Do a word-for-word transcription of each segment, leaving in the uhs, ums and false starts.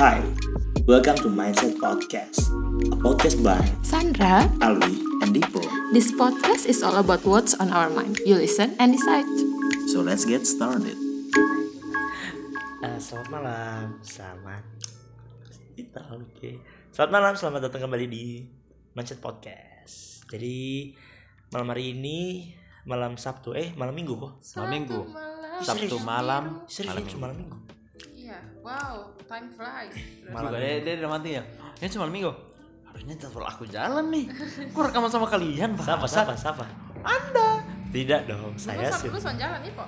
Hi, welcome to Mindset Podcast, a podcast by Sandra. Alwi and Dipo. This podcast is all about what's on our mind. You listen and decide. So let's get started. Uh, selamat malam, selamat kita oke. Okay. Selamat malam, selamat datang kembali di Mindset Podcast. Jadi malam hari ini malam Sabtu, eh malam Minggu kok. Malam Minggu. malam. Sabtu malam. Serius Malam itu malam Minggu. Iya, wow, time flies. Malam Juga Minggu. dia dia udah mati ya. Ini cuma malam Minggu. Harusnya jadwal aku jalan nih. Aku rekaman sama kalian, Pak. Siapa, siapa, siapa? Anda. Tidak dong, saya Lu sih. lu son jalan nih, Pak.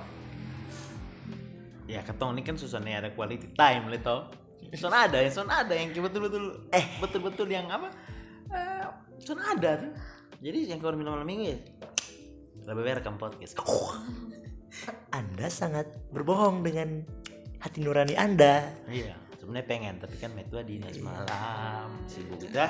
Ya, ketong ini kan susahnya ada quality time, Lito. Son ada, ya son ada yang betul-betul eh betul-betul yang apa? Eh, son ada tuh. Jadi yang kau minum malam Minggu ya. Lebih baik rekam podcast. Anda sangat berbohong dengan hati nurani Anda. Iya, sebenarnya pengen, tapi kan metua di dinas malam sibuk kita.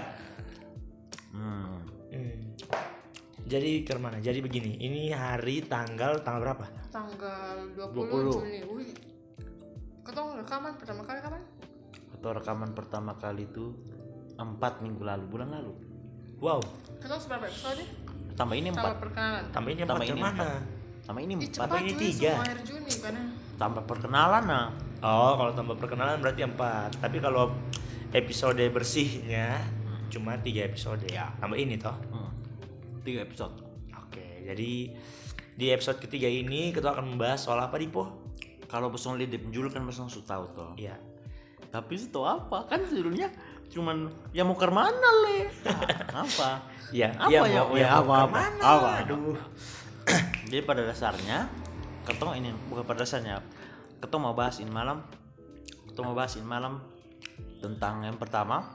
Hmm. Hmm. Jadi ke mana? Jadi begini, ini hari tanggal tanggal berapa? Tanggal dua dua puluh puluh. Juni. Wih. Ketong rekaman pertama kali kapan? Atau rekaman pertama kali itu empat minggu lalu, bulan lalu. Wow, Ketong seberapa episode? Tambah ini Tambah empat, perkenalan. tambah ini Tambah empat ini ke mana? tambah ini Ih, empat, cepat ini cuy, tiga. semua akhir Juni karena tambah perkenalan nah. Oh, kalau tambah perkenalan berarti empat. Tapi kalau episode bersihnya cuma tiga episode ya. Tambah ini toh. Hmm. Tiga episode. Oke, jadi di episode ketiga ini kita akan membahas soal apa, Dipo? Kalau besok lihat penjul kan besok sudah tahu toh. Iya. Tapi itu tahu apa? Kan judulnya cuman ya mau ke mana le? Ah, apa? Ya, Apa ya, ya? mau, Ya, ya, apa, mau apa, kemana? apa? Aduh. Jadi pada dasarnya ketong ini bukan pada dasarnya ketong mau bahas ini malam ketong mau bahas ini malam tentang yang pertama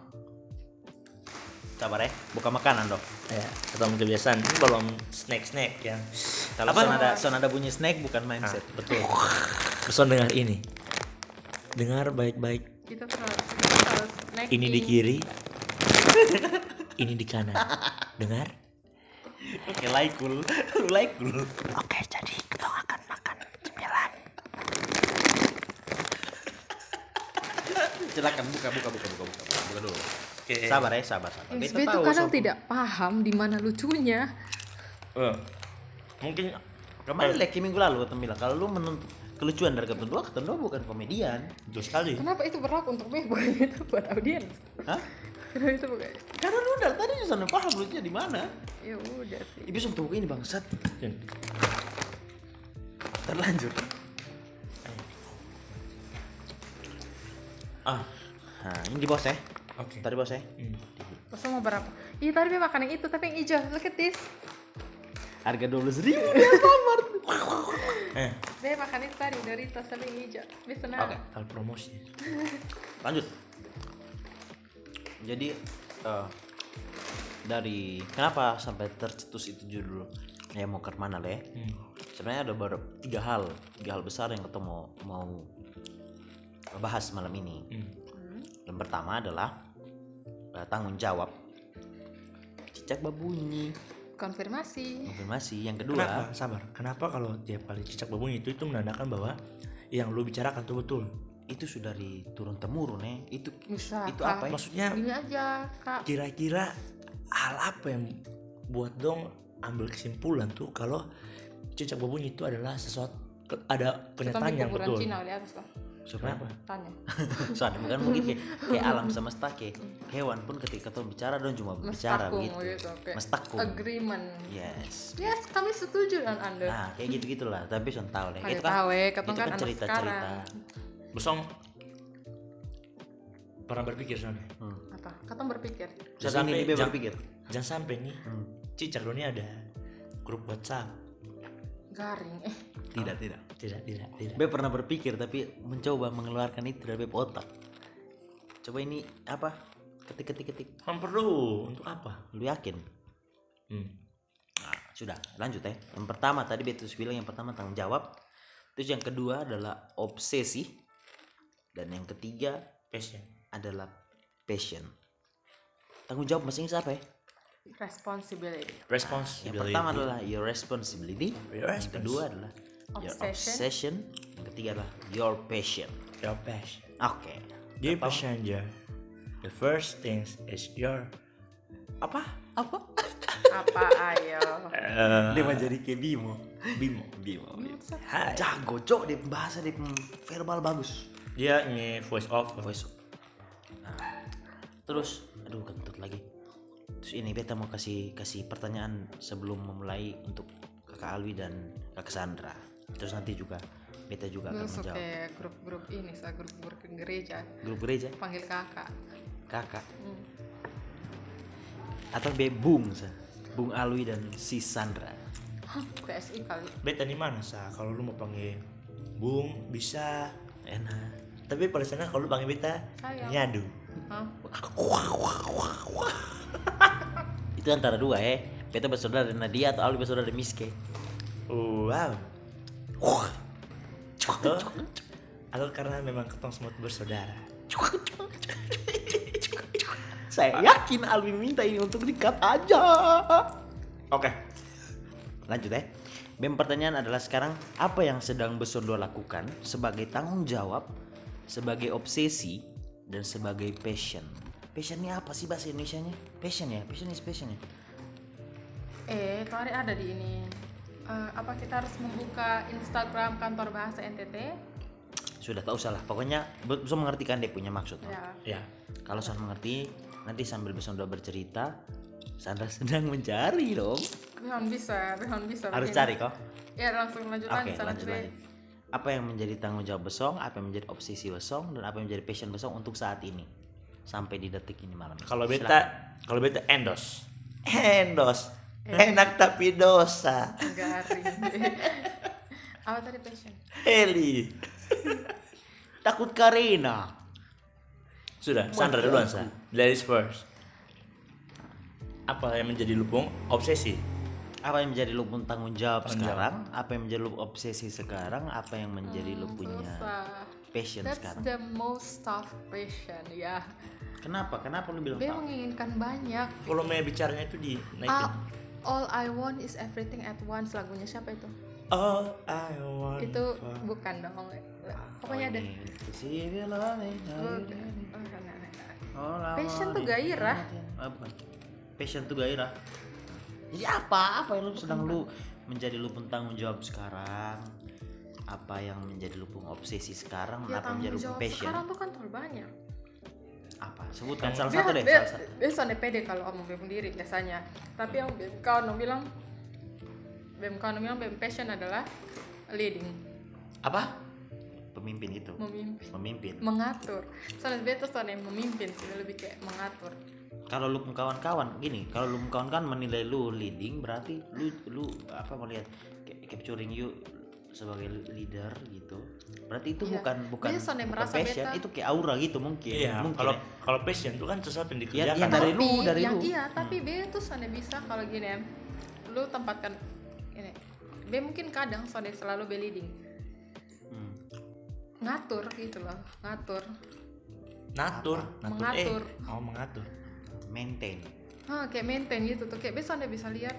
sabar ya buka makanan dong Ya, ketemu kebiasaan. Ini belum snack-snack ya. kalau Apa? son ada son ada bunyi snack bukan Ah, mindset betul. Pesan dengar ini. Dengar baik-baik. kita terus kita harus naik Ini di kiri. Ini di kanan. Dengar? oke like cool lu like cool Oke, jadi kita akan makan cemilan. silakan buka buka buka buka buka buka dulu Oke. sabar ya sabar sabar S Beta B itu tahu kadang soal- tidak paham di mana lucunya. Eh, mungkin kemarin lagi minggu lalu ketemu bilang kalau lu menuntut kelucuan dari ketemu dua ketemu dua bukan komedian betul sekali. Kenapa itu berlaku untuk B bukan itu buat audiens? hah Kenapa itu bukan? karena lu dari tadi susah paham lucunya di mana Ya udah sih. ibu untuk ini bangsat Dan terlanjur ah, nah ini di bos ya oke. tadi bos ya Hmm. Masa mau berapa? Iya tadi dia makan yang itu tapi yang hijau. Look at this. harga dua belas ribu biar samar Eh, Dia makan itu tadi Doritos tapi yang hijau. Bisa nah. Oke. hal promosi. lanjut jadi eh, dari kenapa sampai tercetus itu judul ya mau ke mana le Hmm. sebenarnya ada baru tiga hal tiga hal besar yang kita mau mau bahas malam ini Hmm. yang pertama adalah eh, tanggung jawab cicak babunyi Konfirmasi. konfirmasi yang kedua Kenapa? Sabar. Kenapa kalau tiap kali cicak berbunyi itu itu menandakan bahwa yang lu bicarakan itu betul? itu sudah dari turun temurun ya itu Bisa. itu apa ya Maksudnya Gini aja kak. kira-kira hal apa yang buat dong ambil kesimpulan tuh kalau cicak berbunyi itu adalah sesuatu ke- ada pernyataan Sampai yang kuburan betul. Cina di atas lah. Kenapa? Tanya. soalnya bukan mungkin kayak, kayak alam semesta kayak hewan pun ketika tuh bicara dong cuma bicara Mestakung begitu gitu. Kayak Mestakung. agreement. yes Yes, kami setuju dengan Anda. nah kayak gitu gitulah tapi son tahu deh Kayak itu kan tahu ya, itu ketong kan kan anak cerita sekarang. cerita Bosong pernah berpikir soalnya. hmm. Apa? Katong berpikir. Jangan sampai- ini dia jangan- berpikir Jangan sampai nih Hmm. cicak lu ini ada grup WhatsApp. Garing. Eh, tidak tidak Tidak, tidak, tidak. Be pernah berpikir tapi mencoba mengeluarkan itu dari Beb otak coba ini apa ketik ketik ketik Kan perlu untuk apa? lu yakin Hmm. nah sudah lanjut ya yang pertama tadi Betus bilang yang pertama tanggung jawab terus yang kedua adalah obsesi dan yang ketiga Passion. adalah passion tanggung jawab masing-masing apa ya responsibility. Responsibility. yang pertama adalah your responsibility Your yang kedua adalah your Obsession. obsession yang ketiga adalah your passion your passion. oke Jadi passenger, the first things is your apa? Apa? Apa ayo? Eh, Dia menjadi kayak Bimo. Bimo. Bimo. Hai. Jago, Cok, dia bahasa dia verbal bagus. Dia ini voice off. Voice. Nah, terus aduh kentut lagi. Terus ini beta mau kasih kasih pertanyaan sebelum memulai untuk Kakak Alwi dan Kakak Sandra. Terus nanti juga beta juga akan Masuk menjawab. kayak grup-grup ini, sa grup-grup gereja. Grup gereja, Panggil kakak. Kakak. Hmm. Atau be Bung, sa. Bung Alwi dan si Sandra. Hah, P S I kali. Beta di mana sa? Kalau lu mau panggil Bung bisa. Enak. Tapi pada sana kalau lu panggil beta Sayang. nyadu. Hah? Itu antara dua eh. Beta bersaudara dengan Nadia atau Alwi bersaudara dengan Miske. Wow. Atau, atau karena memang ketong semua bersaudara. Saya yakin Alwi minta ini untuk dikat aja. Oke. Lanjut eh. Bem pertanyaan adalah sekarang apa yang sedang Besondo lakukan sebagai tanggung jawab, sebagai obsesi dan sebagai passion. Passion ini apa sih bahasa Indonesianya? Passion ya, passion is passion ya. Eh, itu hari ada di ini. Eh, apa kita harus membuka Instagram kantor bahasa N T T? Sudah tak usah lah. Pokoknya be- bisa mengertikan dia punya maksud. Ya. Ya. Kalau sudah mengerti, nanti sambil Besondo bercerita, Sandra sedang mencari dong. Behon bisa, behon bisa. Harus begini. cari kok. Ya langsung lanjut Oke, lanjut. lanjut lanjut. Apa yang menjadi tanggung jawab Besong, apa yang menjadi obsesi Besong, dan apa yang menjadi passion Besong untuk saat ini sampai di detik ini malam ini. Kalau Silakan. beta, kalau beta endos. Endos. Enak tapi dosa. Garing. Apa tadi passion? Heli. Takut Karina. Sudah, Sandra duluan sa. Ladies first. Apa yang menjadi lubung obsesi? Apa yang menjadi lu pun tanggung jawab Tanggung sekarang? Apa yang menjadi lu obsesi sekarang? Apa yang menjadi lu punya Susah. passion That's sekarang? the most tough question ya. Kenapa? Kenapa lu bilang Dia tahu? menginginkan banyak. Kalau mau bicaranya itu di naikin. Ah, all I want is everything at once, lagunya siapa itu? All I want. Itu for- bukan dong. Pokoknya ada. Bukan. Oh, nah, nah, nah. Passion tuh gairah. Ah, bukan. Passion tuh gairah. Jadi apa? Apa yang lu sedang lu menjadi lu pun tanggung jawab sekarang? Apa yang menjadi lu pun obsesi sekarang? Ya apa yang menjadi tanggung lu pun jawab passion? sekarang tuh kan terlalu banyak. Apa? Sebutkan salah Dia, satu deh, dia, salah satu. dia soalnya pede kalau omong bem sendiri biasanya. Tapi yang bem kau no bilang bem kau no bilang bem passion adalah leading, Apa? Pemimpin itu. memimpin, Memimpin. mengatur. Soalnya dia tuh soalnya memimpin sih, lebih kayak mengatur. Kalau lu pun kawan-kawan gini, kalau lu pun kawan-kawan menilai lu leading, berarti lu lu apa melihat ca- capturing you sebagai leader gitu. Berarti itu Iya. bukan bukan, Dia soalnya bukan merasa passion, beta. itu kayak aura gitu mungkin. Iya, mungkin kalau ya. kalau passion itu kan sesuatu yang Ya, dikerjakan. yang dari tapi, lu, dari yang lu. iya, tapi B tuh soalnya bisa kalau gini em, lu tempatkan ini. B mungkin kadang soalnya selalu B leading, Hmm. ngatur gitu loh, ngatur. Natur, natur. Mengatur. Eh, oh mengatur. Maintain. Hah, kayak maintain gitu tuh, kayak B soalnya bisa lihat.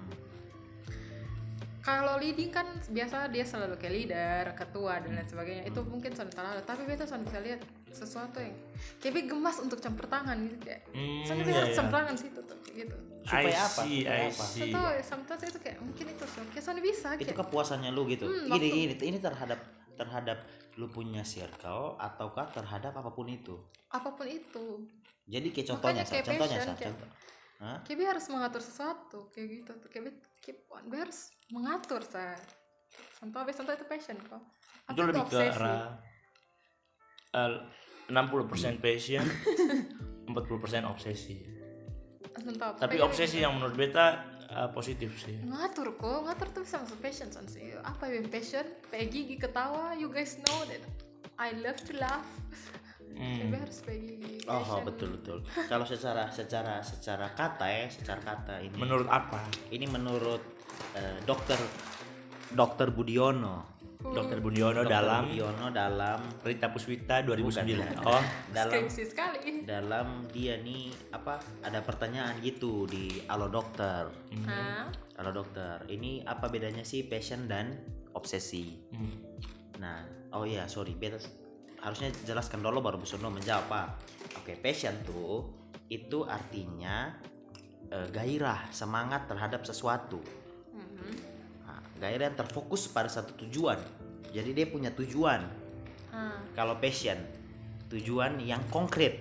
Kalau leading kan biasa dia selalu kayak leader, ketua dan lain sebagainya. Itu mungkin soalnya terlalu. Tapi B tuh soalnya bisa lihat sesuatu yang kayak B gemas untuk campur tangan gitu kayak. Hmm, soalnya B iya, harus iya. campur tangan situ tuh kayak gitu. Supaya I apa? see, Supaya I apa? see. Atau sometimes itu kayak mungkin itu so, kayak soalnya bisa Itu kayak. kepuasannya lu gitu. Hmm, Gini, waktu- gini, ini terhadap terhadap lu punya circle ataukah terhadap apapun itu. Apapun itu. Jadi kayak Makanya contohnya, Sa, kayak contohnya, passion, Sa, kayak- contoh. Hah? Kayak B harus mengatur sesuatu kayak gitu tuh. Kayak B keep on, B harus mengatur saya. Contoh B contoh itu passion kok. Apa Itu lebih ke obsesi? arah eh, enam puluh persen passion, empat puluh persen obsesi. Contoh, Tapi pengen- obsesi yang menurut beta eh, positif sih. ngatur kok, ngatur tuh bisa masuk passion son sih. Apa yang passion? Kayak gigi ketawa, you guys know that I love to laugh. Hmm. Kayak harus kayak gigi. Oh, passion. betul betul. Kalau secara secara secara kata ya, secara kata ini. Menurut apa? Ini menurut eh, dokter dokter Budiono. Dokter Budiono Dokter dalam Budiono dalam Rita Puswita dua ribu sembilan. Bukan. Oh, dalam Skripsi sekali. dalam dia nih apa ada pertanyaan gitu di Halo Dokter. Hah? Halo Dokter, ini apa bedanya sih passion dan obsesi? hmm. Nah, oh iya sorry, beta harusnya jelaskan dulu baru bisa lo menjawab apa. Oke, passion tuh itu artinya eh, gairah, semangat terhadap sesuatu. Mhm. Nah, gairah yang terfokus pada satu tujuan. Jadi dia punya tujuan. Ah, Kalau passion, tujuan yang konkret,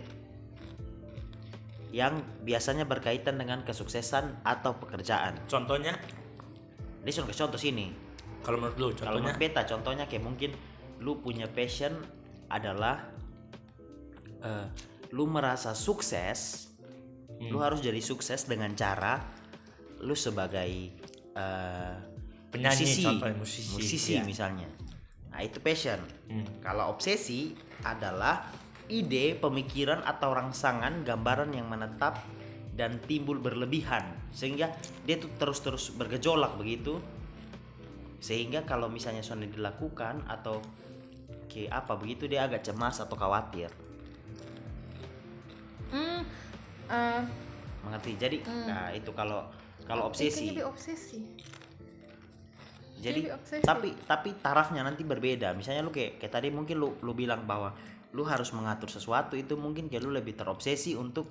yang biasanya berkaitan dengan kesuksesan atau pekerjaan. Contohnya, Dia suruh kasih contoh sini. kalau menurut lu, Kalau contohnya menurut beta, contohnya kayak mungkin lu punya passion adalah eh, lu merasa sukses, Hmm. lu harus jadi sukses dengan cara lu sebagai eh, Penyanyi, musisi, contohnya musisi, musisi iya. misalnya. Nah itu passion. Hmm. Kalau obsesi adalah ide, pemikiran atau rangsangan, gambaran yang menetap dan timbul berlebihan sehingga dia tuh terus-terus bergejolak begitu, sehingga kalau misalnya sudah dilakukan atau kayak apa begitu dia agak cemas atau khawatir. hmm, eh, Mengerti? Jadi nah itu kalau kalau obsesi. kayaknya dia obsesi. Jadi Jadi obsesi. tapi tapi tarafnya nanti berbeda. Misalnya lu kayak kayak tadi mungkin lu lu bilang bahwa lu harus mengatur sesuatu, itu mungkin kayak lu lebih terobsesi untuk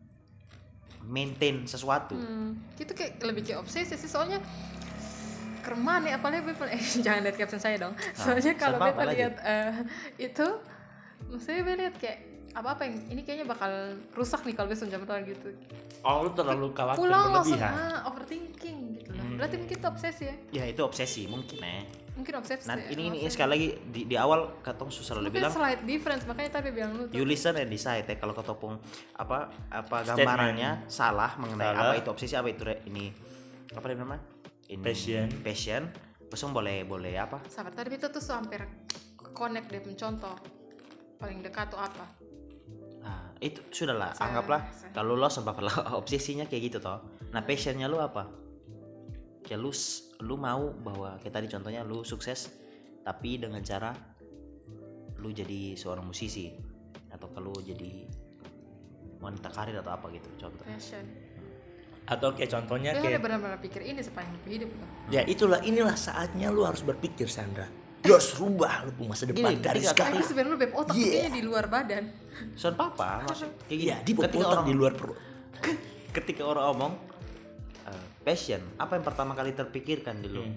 maintain sesuatu. Hmm, itu kayak lebih kayak obsesi sih, soalnya keren ya, apalagi Beppa eh, jangan lihat caption saya dong. Soalnya kalau apa-apa, Beppa lanjut. lihat eh, itu, maksudnya Beppa lihat kayak apa-apa yang ini kayaknya bakal rusak nih kalau besok jam tahun gitu. oh lu terlalu khawatir Pulang langsung berlebihan. ah, overthinking gitu lah. Berarti mungkin itu obsesi ya? Ya itu obsesi mungkin ya. Mungkin obsesi. Nah ya, ini ini maksudnya. sekali lagi di, di awal katong susah Mungkin bilang slight difference, makanya tadi bilang lu tuh. you listen and decide ya. Kalau ketopung apa apa gambarannya salah mengenai Salah. apa itu obsesi, apa itu re- ini apa namanya ini Passion. passion Besok boleh boleh apa Sabar, tadi itu tuh hampir connect deh, contoh paling dekat tuh apa? nah, itu sudahlah Saya- anggaplah saya- kalau lo sebab lo obsesinya kayak gitu toh. Nah passionnya lu apa? Kayak lu s- lu mau bahwa kayak tadi contohnya lu sukses tapi dengan cara lu jadi seorang musisi atau kalau jadi wanita karir atau apa gitu contoh. Passion. Atau kayak contohnya Dia kayak udah benar-benar pikir ini sepanjang hidup loh. ya itulah inilah saatnya lu harus berpikir Sandra. Yos rubah lu pun masa depan Gini, dari ketika- sekarang. Tapi sebenarnya lu beb otak tuh Yeah. kayaknya di luar badan. Soal papa maksud kayak gini. Iya, di ketika otak orang di luar perut. ketika orang ngomong eh, passion, apa yang pertama kali terpikirkan di lu? Hmm.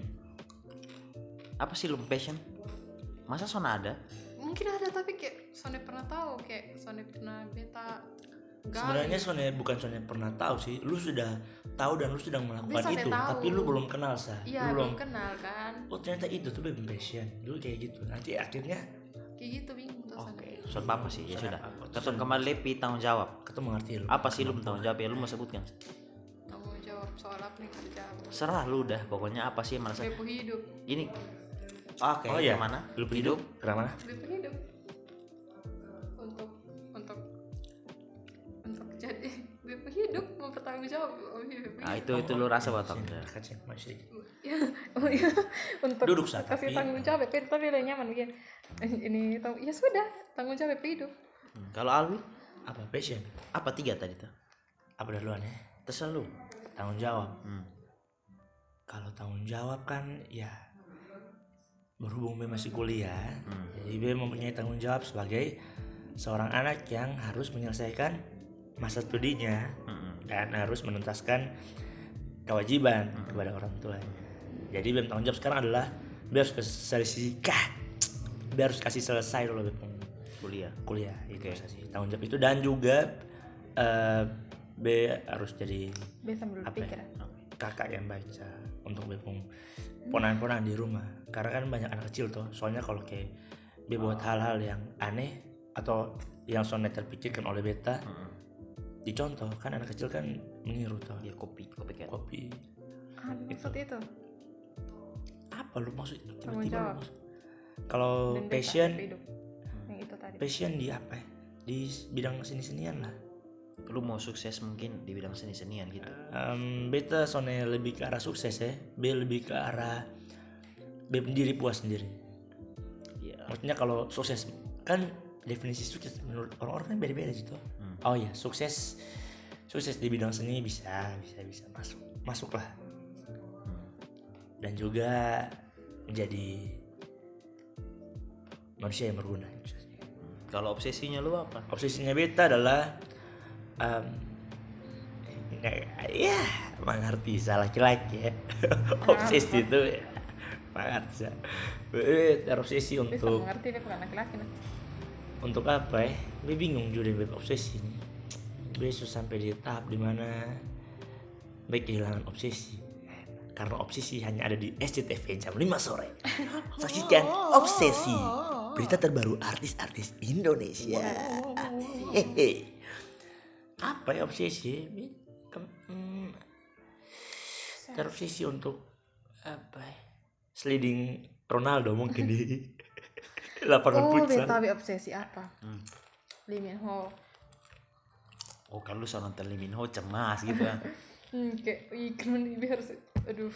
Apa sih lu passion? Masa sona ada? Mungkin ada tapi kayak Sony pernah tahu, kayak Sony pernah beta gali. Sebenarnya Sonya bukan Sonya pernah tahu sih, lu sudah tahu dan lu sedang melakukan Dia Sonya itu, tahu. tapi lu belum kenal sah. Iya, Lu belum kenal kan. Oh ternyata itu tuh baby passion, dulu kayak gitu. Nanti akhirnya Kayak gitu bingung tuh Sony. Oke, soal papa sih ya Soal sudah. apa? Tetap kembali lebih tanggung jawab. ketemu mengerti lu. Apa sih lu tanggung jawab ya lu mau sebutkan? Tanggung jawab soal apa nih kerja? Serah lu dah, pokoknya apa sih yang merasa Bepu hidup. ini. Oke, Oh iya, kemana? lu hidup kemana? Bepu hidup. Untuk untuk untuk jadi bepu hidup mau bertanggung jawab. Oh iya, bepu Nah hidup. itu itu lu rasa batang. Kacau masih. Ya, oh iya, untuk Duduk, Sat, kasih tapi- tanggung jawab ya, tapi udah nyaman begini. Ini tang- ya sudah, tanggung jawab hidup. Hmm, Kalau Alwi Apa passion? apa tiga tadi tuh? Apa duluan ya? Terserah lu. Tanggung jawab. Hmm. Kalau tanggung jawab kan ya berhubung B masih kuliah, Hmm. jadi B mempunyai tanggung jawab sebagai seorang anak yang harus menyelesaikan masa studinya Hmm. dan harus menuntaskan kewajiban kepada orang tuanya. Jadi B tanggung jawab sekarang adalah B harus kasih B harus kasih selesai dulu B Kuliah. kuliah itu Oke. sih tanggung jawab itu, dan juga eh, B harus jadi Bisa sambil apa berpikir. ya, kakak yang baik Sa, untuk B pun ponan-ponan di rumah, karena kan banyak anak kecil tuh. Soalnya kalau kayak B buat hal-hal yang aneh atau yang soalnya terpikirkan oleh beta Hmm. dicontoh, kan anak kecil kan meniru tuh Ya kopi, kopi kayak. kopi. Ah, maksud itu. Apa lu maksud Tanggung tiba-tiba lu jawab. maksud? Kalau Dan bisa passion hidup. Yang itu tadi. passion di apa ya? Di bidang seni-senian lah. Lu mau sukses mungkin di bidang seni-senian gitu. Em, beta soalnya lebih ke arah sukses ya, B lebih ke arah B diri puas sendiri. Iya. Maksudnya kalau sukses kan definisi sukses menurut orang-orang kan beda-beda gitu. Hmm. Oh iya, sukses sukses di bidang seni bisa bisa bisa masuk masuk lah. Dan juga menjadi manusia yang berguna. Kalau obsesinya lu apa? Obsesinya beta adalah um, ya mengerti salah laki-laki ya. Obsesi itu ya, mengerti. Eh, terobsesi Bisa untuk mengerti dia bukan laki-laki nah. untuk apa ya? Gue bingung juga dengan obsesi ini. Gue sudah sampai di tahap dimana gue kehilangan obsesi. Karena obsesi hanya ada di S C T V jam lima sore. Saksikan Obsesi, berita terbaru artis-artis Indonesia. Hehe. Apa ya obsesi? Hmm, terobsesi untuk apa ya? Sliding Ronaldo mungkin di lapangan Oh, futsal. beta be obsesi apa? Hmm. Lee Min Ho. Oh kalau lu sama nonton Lee Min Ho cemas gitu kan. Hmm, kayak ih kenapa nih Be harus aduh.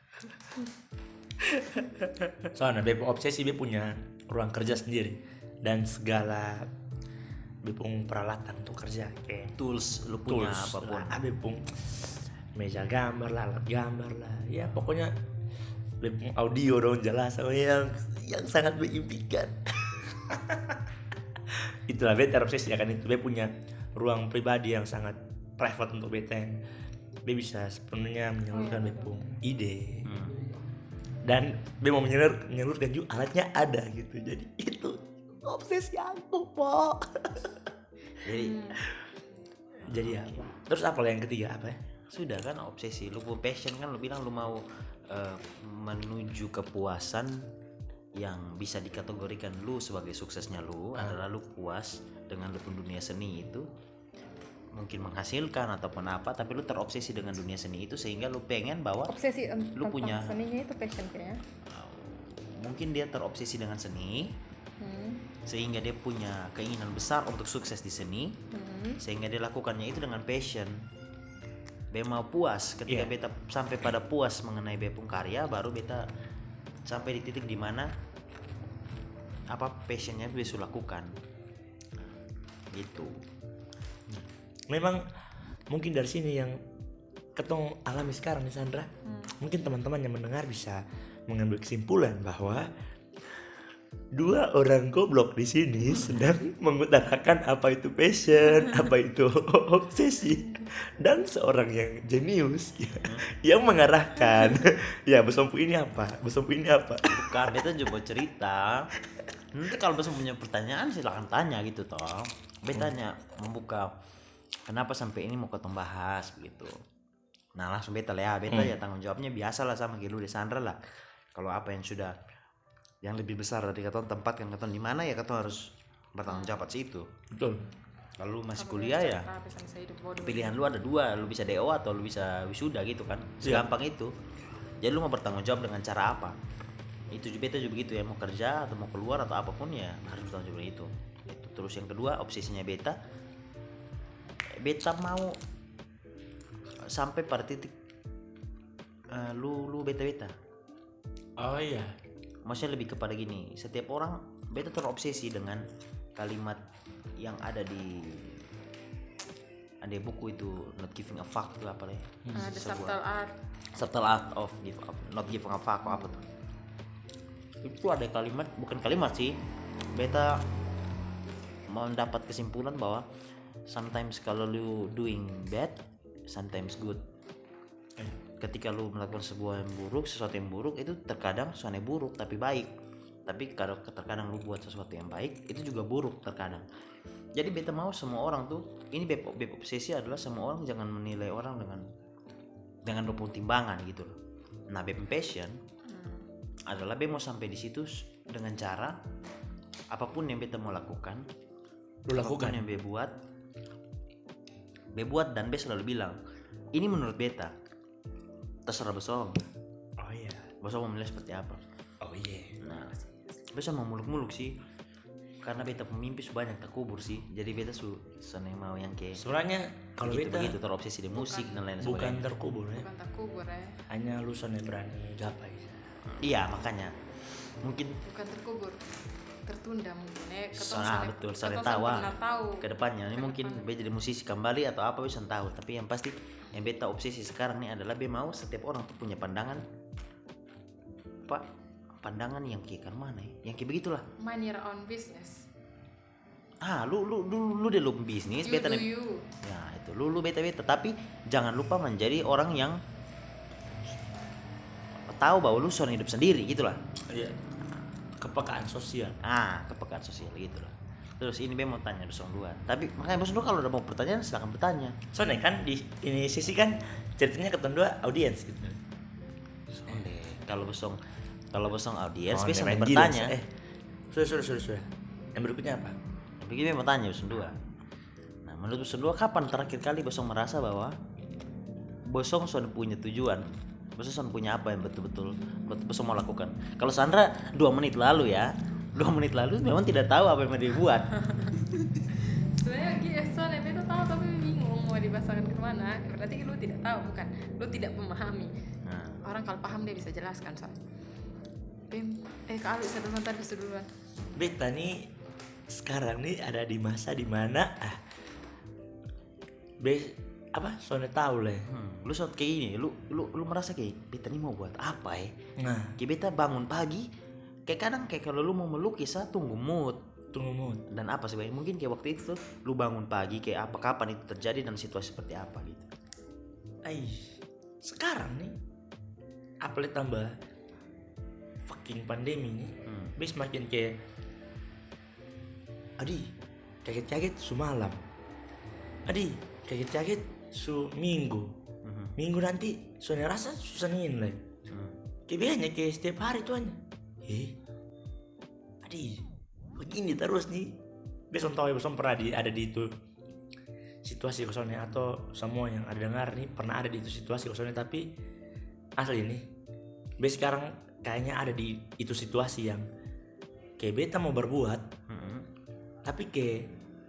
Soalnya Beb obsesi Beb punya ruang kerja sendiri dan segala Beb punya peralatan untuk kerja kayak Tools lu punya tools apapun. lah, Beb punya meja gambar lah, alat gambar lah, ya pokoknya Beb punya audio dong jelas sama yang yang sangat mengimpikan. Itulah Beb terobsesi akan itu. Beb punya ruang pribadi yang sangat private untuk Beb yang Beb bisa sepenuhnya menyalurkan Beb punya ide. Hmm. Dan dia mau menyalur, menyalurkan juga alatnya ada gitu. Jadi itu obsesi aku po. Jadi Jadi apa? Terus apa yang ketiga apa ya? sudah kan obsesi lu punya passion kan, lu bilang lu mau uh, menuju kepuasan yang bisa dikategorikan lu sebagai suksesnya lu Ah. adalah lu puas dengan lu pun dunia seni itu mungkin menghasilkan ataupun apa, tapi lu terobsesi dengan dunia seni itu sehingga lu pengen bahwa Obsesi en- Lu tentang punya- seninya itu passion kayaknya. uh, mungkin dia terobsesi dengan seni Hmm. sehingga dia punya keinginan besar untuk sukses di seni Hmm. sehingga dia lakukannya itu dengan passion. Be mau puas ketika Iya. beta sampai pada puas mengenai be pun karya, baru beta sampai di titik dimana apa passionnya bisa lakukan gitu. Memang mungkin dari sini yang ketong alami sekarang nih Sandra. Mungkin teman-teman yang mendengar bisa mengambil kesimpulan bahwa dua orang goblok di sini sedang mengutarakan apa itu passion, apa itu obsesi, dan seorang yang jenius ya, yang mengarahkan. Ya, Bosompu ini apa? Bosompu ini apa? Bukan, beta juga mau cerita. Nanti kalau besok punya pertanyaan silakan tanya gitu toh. Beta tanya membuka kenapa sampai ini mau ketemu bahas begitu. Nah langsung beta lah, beta ya tanggung jawabnya biasa lah sama Gilu de Sandra lah. Kalau apa yang sudah yang lebih besar dari keton tempatkan keton di mana ya keton harus bertanggung jawab atas itu. Betul. Kalau lu masih Kalau kuliah ya cerita pesan saya hidup bodoh. pilihan lu ada dua, lu bisa D O atau lu bisa wisuda gitu kan, Iya. segampang itu. Jadi lu mau bertanggung jawab dengan cara apa? Itu juga beta juga begitu ya, mau kerja atau mau keluar atau apapun ya harus bertanggung jawab itu. Itu. Terus yang kedua obsesinya beta, beta mau sampai pada titik uh, lu lu beta beta. Oh iya. Maksudnya lebih kepada gini, setiap orang beta terobsesi dengan kalimat yang ada di ada buku itu Not Giving a Fuck itu apa ya? Ah, the Sebuah- subtle art. Subtle Art of Give Up, Not Giving a Fuck apa tuh? Itu ada kalimat, bukan kalimat sih, beta mendapat kesimpulan bahwa sometimes kalau lu doing bad, sometimes good. Ketika lu melakukan sebuah yang buruk, sesuatu yang buruk itu terkadang sesuatu yang buruk tapi baik. Tapi kalau terkadang lu buat sesuatu yang baik itu juga buruk terkadang. Jadi beta mau semua orang tuh, ini beb, beb obsesi adalah semua orang jangan menilai orang dengan dengan dua puluh timbangan gitu loh. Nah beb passion adalah beb mau sampai di situ dengan cara apapun yang beta mau lakukan, Lu apapun lakukan. yang beb buat, beb buat dan beb selalu bilang ini menurut beta. Terserah Bosom, Oh iya. Bosom mau menilai seperti apa. Oh iya. Nah, beta mau muluk-muluk sih, karena beta pemimpi sudah banyak terkubur sih. Jadi beta su seneng mau yang kayak Sebenarnya kalau begitu, beta begitu terobsesi di musik dan lain bukan sebagainya. terkubur ya. Bukan terkubur ya. Hanya lu soalnya berani gapai. Iya makanya mungkin Bukan terkubur. Tertunda mungkin ya. Ketong ah, soalnya- betul ketong soalnya soalnya tahu ah, pernah tahu. ke depannya ini Ke mungkin depan. beta jadi musisi kembali atau apa bisa tahu. Tapi yang pasti yang beta obsesi sekarang nih adalah beta mau setiap orang tuh punya pandangan apa pandangan yang kayak kan mana ya, yang kayak begitulah. Mind your own business. ah lu lu lu lu deh lu bisnis You beta do nih. you. Ya itu lu lu beta beta tapi jangan lupa menjadi orang yang tahu bahwa lu sudah hidup sendiri gitulah. Iya. Kepekaan sosial. Ah kepekaan sosial gitulah. Terus ini be mau tanya dosong dua. Tapi makanya dosong dua kalau udah mau pertanyaan silakan bertanya. Soalnya kan di ini sisi kan ceritanya ketemu dua audiens gitu. Sonde kalau bosong kalau bosong audiens Oh, bisa main bertanya. gila. Eh, sudah sudah sudah sudah. Yang berikutnya apa? Begini mau tanya bosong dua. Nah menurut bosong dua kapan terakhir kali bosong merasa bahwa bosong sudah punya tujuan? Bosong sudah punya apa yang betul-betul bosong mau lakukan? Kalau Sandra dua menit lalu ya, dua menit lalu memang tidak tahu apa yang mau dia buat. Sebenarnya gitu, soalnya beta tahu tapi bingung mau dibahasakan ke mana. Berarti lu tidak tahu bukan? Lu tidak memahami. Nah, Orang kalau paham dia bisa jelaskan soalnya. Bim, eh kalau bisa duluan tadi bisa duluan. Beta nih sekarang nih ada di masa dimana ah be apa soalnya tahu lah. hmm, lu saat kayak gini, lu lu lu merasa kayak beta ini mau buat apa ya? Nah, Kayak beta bangun pagi, kayak kadang kayak kalau lu mau melukis ah tunggu mood. tunggu mood. Dan apa sebenarnya mungkin kayak waktu itu tuh lu bangun pagi kayak apa kapan itu terjadi dan situasi seperti apa gitu. Ai, sekarang nih apalagi tambah fucking pandemi nih. Hmm. Be semakin kayak Adi, kaget-kaget su malam. Adi, kaget-kaget su minggu. Mhm. Minggu nanti soalnya rasa susah Senin lah. Hmm. Kayak biasanya kayak setiap hari tuh hanya. Eh, Adi, begini terus nih. Besok tahu ya, besok pernah di, ada di itu situasi kosongnya atau semua yang ada dengar nih pernah ada di itu situasi kosongnya tapi asli nih. Be sekarang kayaknya ada di itu situasi yang kayak beta mau berbuat Mhm. tapi kayak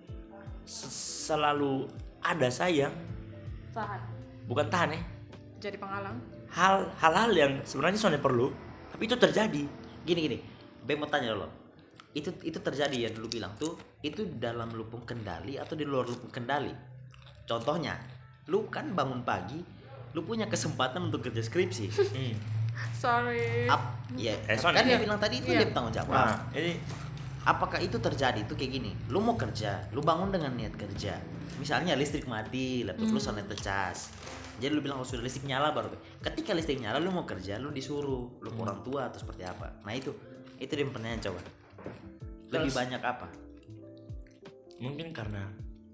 s- selalu ada sayang Tahan. bukan tahan ya Jadi penghalang. hal hal-hal yang sebenarnya soalnya perlu tapi itu terjadi. Gini gini, Be mau tanya lo. Itu itu terjadi ya dulu bilang tuh itu dalam lupung kendali atau di luar lupung kendali. Contohnya, lu kan bangun pagi, lu punya kesempatan untuk kerja skripsi. Hmm. Sorry. Ap, ya, Eh, kan Son, dia iya. bilang tadi itu Iya. dia bertanggung jawab. Nah, ini Apakah itu terjadi tuh kayak gini? Lu mau kerja, lu bangun dengan niat kerja. Misalnya listrik mati, laptop lu soalnya tercas. Jadi lu bilang kalau sudah listrik nyala baru. Ketika listrik nyala lu mau kerja, lu disuruh, lu ke orang tua atau seperti apa. Nah itu, itu dia pertanyaan coba. Lebih Terus- banyak apa? mungkin karena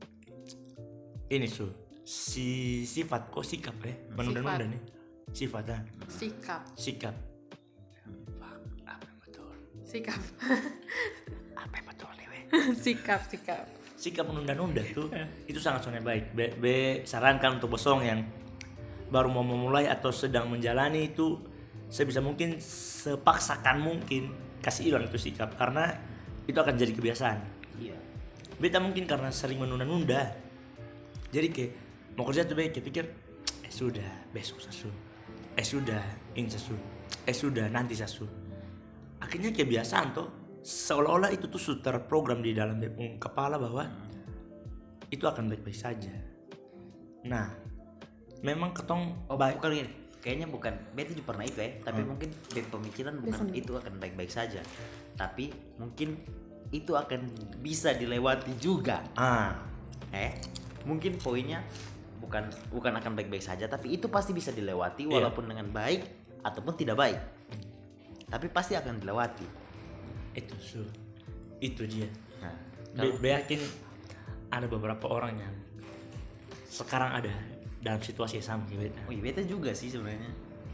ini su si sifat kok sikap ya menunda-nunda Sifat. nih sifatnya Sikap. sikap. Fuck, apa yang betul? Sikap. Apa yang betul nih weh? sikap, sikap. Sikap menunda-nunda tuh itu sangat sangat baik. Be, be sarankan untuk bosong yang baru mau memulai atau sedang menjalani itu sebisa mungkin sepaksakan mungkin kasih hilang itu sikap karena itu akan jadi kebiasaan. Iya. Beta mungkin karena sering menunda-nunda. Jadi kayak mau kerja tuh be kayak pikir eh sudah besok sasu. Eh sudah ini sasu. Eh sudah nanti sasu. Akhirnya kebiasaan tuh seolah-olah itu tuh sudah terprogram di dalam be pung kepala bahwa itu akan baik-baik saja. Nah, memang ketong Oh, baik. bukan gini. Kayaknya bukan. Beta juga pernah itu ya, tapi Hmm. mungkin be pemikiran bukan Biasanya. itu akan baik-baik saja. Tapi mungkin itu akan bisa dilewati juga. Ah, Eh, mungkin poinnya bukan bukan akan baik-baik saja, tapi itu pasti bisa dilewati Iya. walaupun dengan baik ataupun tidak baik. Tapi pasti akan dilewati. itu su. Itu dia. Nah, Be, kalau- be yakin ada beberapa orang yang sekarang ada dalam situasi yang sama kayak beta. oh iya, beta juga sih sebenarnya.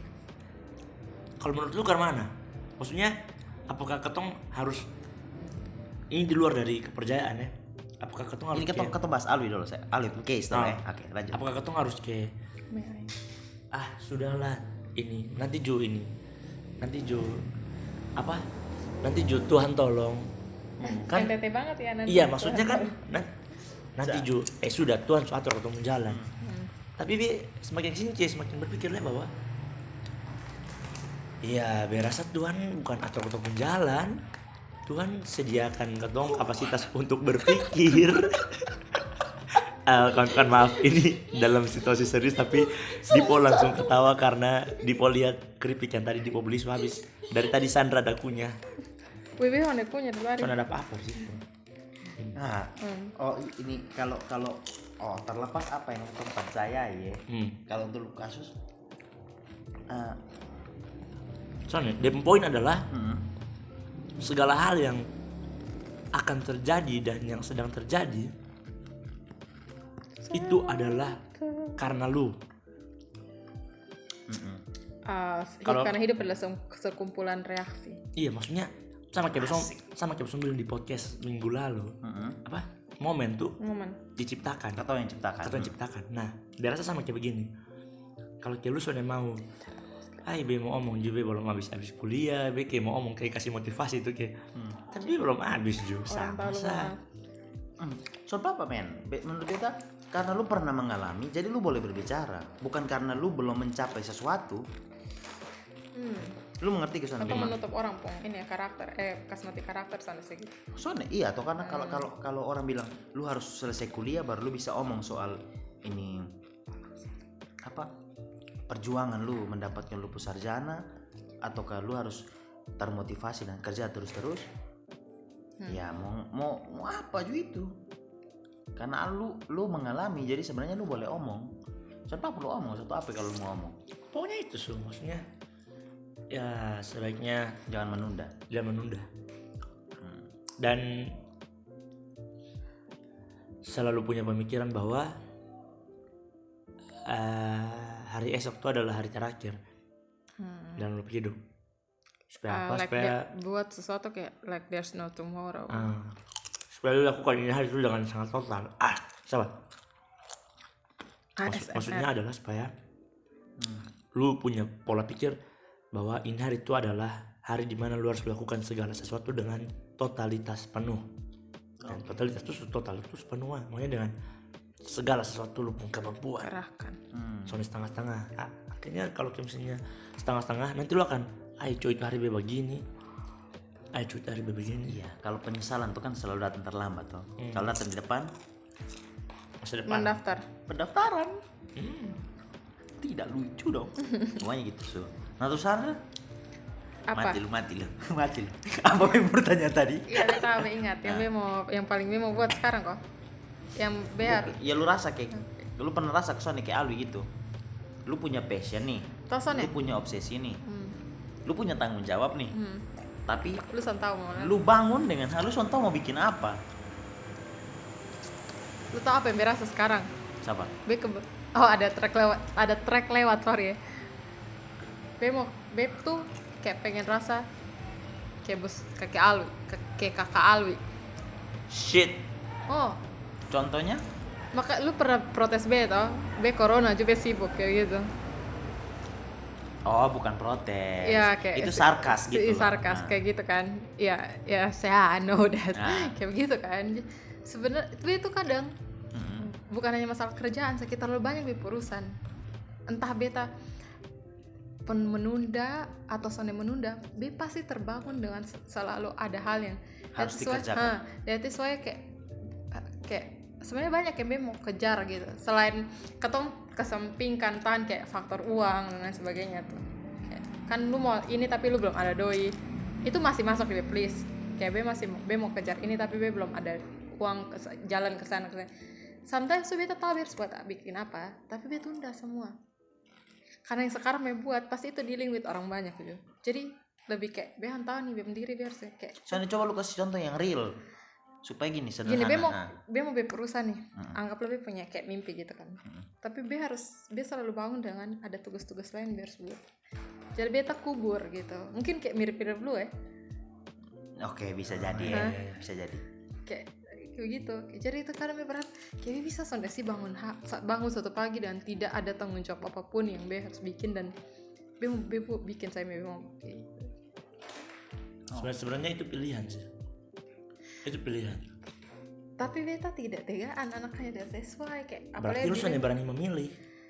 Kalau menurut lu ke mana? Maksudnya apakah ketong harus ini di luar dari kepercayaan ya? Apakah ketong harus Ini kita kayak- kita bahas Alwi dulu, saya. Alwi case dulu Ah. ya. Oke, lanjut. apakah ketong harus kayak May I? ah sudahlah ini nanti Jo ini nanti Jo apa nanti Jo Tuhan tolong kan N T T banget ya nanti. iya maksudnya kan na- nanti Jo eh sudah Tuhan suatu ketemu jalan Hmm. tapi bi semakin sini Cie, semakin berpikir lah bahwa iya berasa Tuhan bukan atur ketemu jalan Tuhan sediakan ketong kapasitas untuk berpikir. Uh, kawan-kawan maaf ini dalam situasi serius tapi Dipo langsung ketawa karena Dipo lihat keripik yang tadi Dipo beli sudah habis. Dari tadi Sandra ada kunyah. Wih, wih, mana punya dulu hari. Soalnya ada apa-apa sih. Nah, oh ini kalau kalau oh terlepas apa yang kamu percaya ya. Hmm. Kalau untuk kasus uh, Soalnya, the point adalah hmm, segala hal yang akan terjadi dan yang sedang terjadi itu adalah karena lu. Ah, Kalau- karena hidup adalah se- sekumpulan reaksi. Iya, maksudnya sama kayak Bosong, sama kayak Bosong bilang di podcast minggu lalu. hmm, Apa? Momen tuh Momen. diciptakan. atau yang ciptakan. Atau yang ciptakan. Nah, biasa sama kayak begini. Kalau kayak lu sudah mau, ay be mau omong juga be belum habis habis kuliah, be kayak mau omong kayak kasih motivasi itu kayak, tapi belum habis juga Orang sama tahu lu sa. maaf. Hmm. Soal apa men? Be- Menurut kita karena lu pernah mengalami, jadi lu boleh berbicara. Bukan karena lu belum mencapai sesuatu. Hmm. Lu mengerti kesan Atau menutup orang pun ini ya karakter eh kasmati karakter sana segitu. Soalnya iya atau karena kalau kalau kalau orang bilang lu harus selesai kuliah baru lu bisa omong soal ini apa perjuangan lu mendapatkan lulus sarjana ataukah lu harus termotivasi dan kerja terus-terus ya mau mau mau apa juga itu karena lu lu mengalami jadi sebenarnya lu boleh omong siapa perlu omong satu apa kalau lu mau omong Pokoknya itu sih maksudnya. Ya sebaiknya jangan menunda. jangan menunda. Dan selalu punya pemikiran bahwa eh, hari esok itu adalah hari terakhir dalam hidup. Supaya Ah, apa? like Supaya dia buat sesuatu kayak like there's no tomorrow. ah, supaya lu lakukan ini hari itu dengan sangat total. Ah, sabar. Maksud- maksudnya adalah supaya lu punya pola pikir bahwa ini hari itu adalah hari dimana lu harus melakukan segala sesuatu dengan totalitas penuh. Dan totalitas itu total itu sepenuhnya, makanya dengan segala sesuatu lu punya kemampuan. Kerahkan. Soalnya setengah-setengah. Ah, akhirnya kalau misalnya setengah-setengah nanti lu akan, ayo cuy itu hari be begini, ayo cuy itu hari be begini. Iya kalau penyesalan tuh kan selalu datang terlambat toh. Kalau datang di depan Masa depan. Mendaftar. pendaftaran tidak lucu dong semuanya gitu so nah terus Sarah Apa? mati lu mati lu mati lu apa yang bertanya tadi Iya, kita tahu ingat yang B mau yang paling B mau buat sekarang kok. Yang B harus ya lu rasa kayak lu pernah rasa kesannya kayak Alwi gitu lu punya passion nih Toson ya? lu punya obsesi nih Hmm. lu punya tanggung jawab nih Hmm. tapi Lu san tahu mau. lu bangun dengan halus contoh mau bikin apa Lu tahu apa yang B rasa sekarang? siapa B ke Oh, ada track lewat, ada track lewat sorry ya. B mau B tuh kayak pengen rasa kayak bos kakek Alwi, ke- kayak kakak Alwi. Shit. Oh, contohnya maka lu pernah protes B toh? B corona juga sibuk kayak gitu. oh bukan protes Iya kayak itu sarkas gitu loh. sarkas Nah. kayak gitu kan. Iya, ya saya know that. Nah. Kayak begitu kan. Sebenarnya itu itu kadang Mm-mm. bukan hanya masalah kerjaan, sekitar lo banyak nih urusan. Entah beta pen menunda atau soalnya menunda, B pasti terbangun dengan se- selalu ada hal yang Harus that's why- dikerjakan. ha, that's why kayak kayak sebenarnya banyak yang B mau kejar gitu. Selain ketong kesampingkan tan kayak faktor uang dan lain sebagainya tuh. Kayak, kan lu mau ini tapi lu belum ada doi. Itu masih masuk di B please. Kayak B masih B mau kejar ini tapi B belum ada uang kes- jalan ke sana ke sana. Sometimes tuh beta tahu harus buat bikin apa, tapi beta tunda semua. Karena yang sekarang B buat pasti itu dealing with orang banyak gitu. Jadi lebih kayak B tahu nih B sendiri biar sih kayak soalnya coba lu kasih contoh yang real supaya gini sederhana gini B mau Nah. B mau B perusahaan nih. Anggap lebih punya kayak mimpi gitu kan. Tapi B harus B selalu bangun dengan ada tugas-tugas lain biar buat. Jadi beta kubur gitu. Mungkin kayak mirip-mirip lu ya. Oke bisa jadi ya Hah? bisa jadi Kayak kayak gitu. Jadi itu kadang B berat kayak B bisa sonde sih bangun ha- sa- bangun suatu pagi dan tidak ada tanggung jawab apapun yang B harus bikin dan B mau B mau bikin saya B mau kayak gitu. Sebenarnya sebenarnya itu pilihan sih. Itu pilihan. Tapi beta tidak tegaan anaknya udah sesuai kayak Berarti lu di- soalnya berani memilih.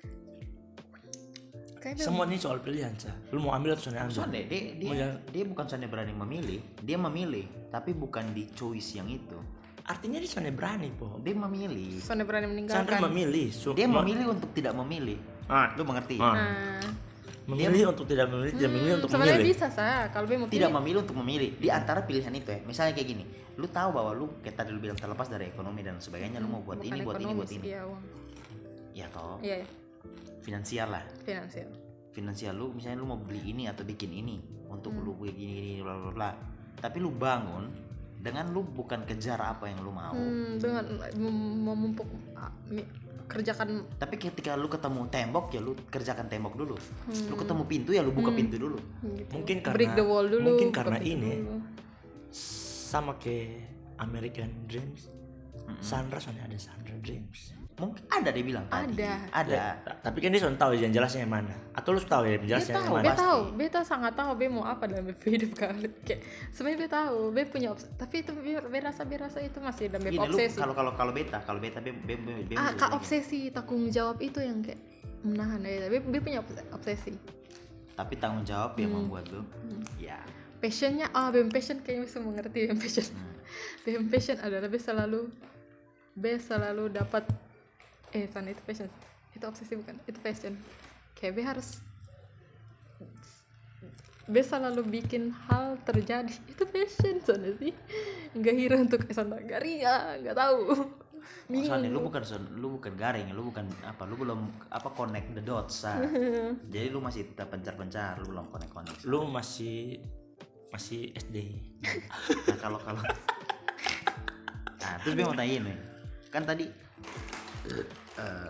kayak beta- Semua ini soal pilihan sih. Lu mau ambil atau soalnya ambil. soalnya dia dia, Mau dia, jalan- bukan soalnya berani memilih dia memilih tapi bukan di choice yang itu Artinya dia soalnya berani, po. dia memilih sonde berani Sandra meninggalkan. memilih. So, dia ma- memilih untuk tidak memilih Ah. lu mengerti Ah. Nah, Memilih untuk tidak memilih, tidak memilih untuk Sebenarnya memilih. bisa sah kalau be mau tidak pilih. memilih untuk memilih di antara pilihan itu ya. Misalnya kayak gini, lu tahu bahwa lu kayak tadi lu bilang terlepas dari ekonomi dan sebagainya, lu mau buat Bukan ini, buat ini, buat ekonomis, ini. Iya, uang. Ya toh, Iya, iya. finansial lah. Finansial. Finansial lu misalnya lu mau beli ini atau bikin ini untuk Hmm. lu begini gini bla bla bla. Tapi lu bangun dengan lu bukan kejar apa yang lu mau. Hmm, dengan mem- memumpuk ah, mi- kerjakan Tapi ketika lu ketemu tembok ya lu kerjakan tembok dulu. Hmm. Lu ketemu pintu ya lu buka pintu dulu. gitu. Mungkin karena break the wall dulu. mungkin buka karena pintu ini dulu. sama kayak American Dreams. Sandra soalnya ada Sandra Dreams. Mungkin ada dia bilang tadi. Ada. Ada. Ya, ta- tapi kan dia soalnya tahu yang jelasnya yang mana. Atau lu tahu ya Be jelasnya yang tahu, mana? be tahu, be tahu sangat tahu be mau apa dalam hidup kali. Kayak sebenarnya be tahu, be punya obs- tapi itu be, be rasa be rasa itu masih dalam Gini lu obsesi. kalau kalau kalau beta, kalau beta be be be, be Ah, be- kak be- obsesi tanggung jawab itu yang kayak menahan ya. Be, be punya obs- obsesi. Tapi tanggung jawab yang Hmm. membuat lu ya. Passionnya ah, be passion kayaknya bisa mengerti be passion. Hmm. Be passion adalah be selalu be selalu dapat eh sana itu passion. Itu obsesi bukan? Itu passion. Kayak be harus be selalu bikin hal terjadi. Itu passion sana sih. Enggak hira untuk sana garia, enggak tahu. Bingung. Soalnya lu bukan son- lu bukan garing, lu bukan apa, lu belum apa connect the dots. Ah. Jadi lu masih tetap pencar-pencar, lu belum connect-connect. Lu masih masih S D. Nah, kalau kalau Nah, terus gue mau tanyain nih. Kan tadi eh,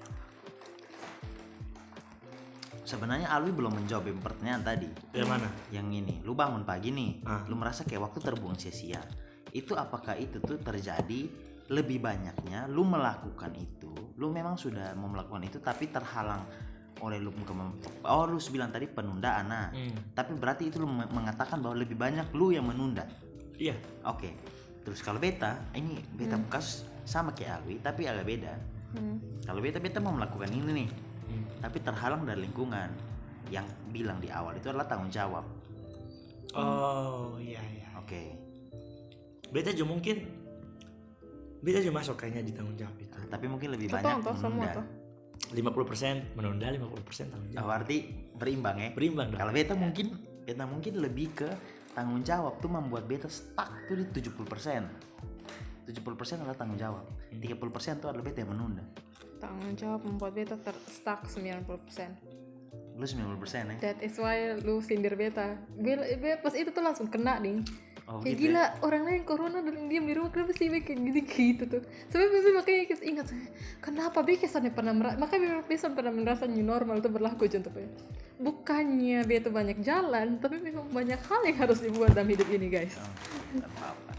sebenarnya Alwi belum menjawab yang pertanyaan tadi. Yang mana? Yang ini, lu bangun pagi nih, Ah. lu merasa kayak waktu terbuang sia-sia. Itu apakah itu tuh terjadi lebih banyaknya lu melakukan itu, lu memang sudah mau melakukan itu tapi terhalang oleh lu mem- oh lu bilang tadi penundaan, nah. Hmm. Tapi berarti itu lu me- mengatakan bahwa lebih banyak lu yang menunda. Iya. Oke. Terus kalau beta, ini beta kasus sama kayak Alwi tapi agak beda. Hmm. Kalau beta beta mau melakukan ini nih, Hmm. tapi terhalang dari lingkungan. Yang bilang di awal itu adalah tanggung jawab. Oh iya iya. Oke. Beta juga mungkin Beta juga masuk kayaknya di tanggung jawab itu. Tapi mungkin lebih Betul, banyak toh, semua menunda. toh. lima puluh persen menunda, lima puluh persen tanggung Oh, jawab. berarti berimbang ya. Berimbang dong. Kalau beta mungkin beta mungkin lebih ke tanggung jawab tuh membuat beta stuck tuh di tujuh puluh persen. tujuh puluh persen adalah tanggung jawab. tiga puluh persen itu adalah beta yang menunda. Tanggung jawab membuat beta terstuck sembilan puluh persen. Lu sembilan puluh persen ya. That is why lu sindir beta. Be, be, pas itu tuh langsung kena ding. Oh, Kayak gitu gila, orang lain corona dan diam di rumah, kenapa sih be kayak gitu-gitu tuh. Sebenernya be makanya kita ingat, kenapa be kesannya pernah merasa, makanya be kesan pernah merasa new normal itu berlaku contoh be. Bukannya be itu banyak jalan, tapi memang banyak hal yang harus dibuat dalam hidup ini guys. Oh, nggak apa-apa.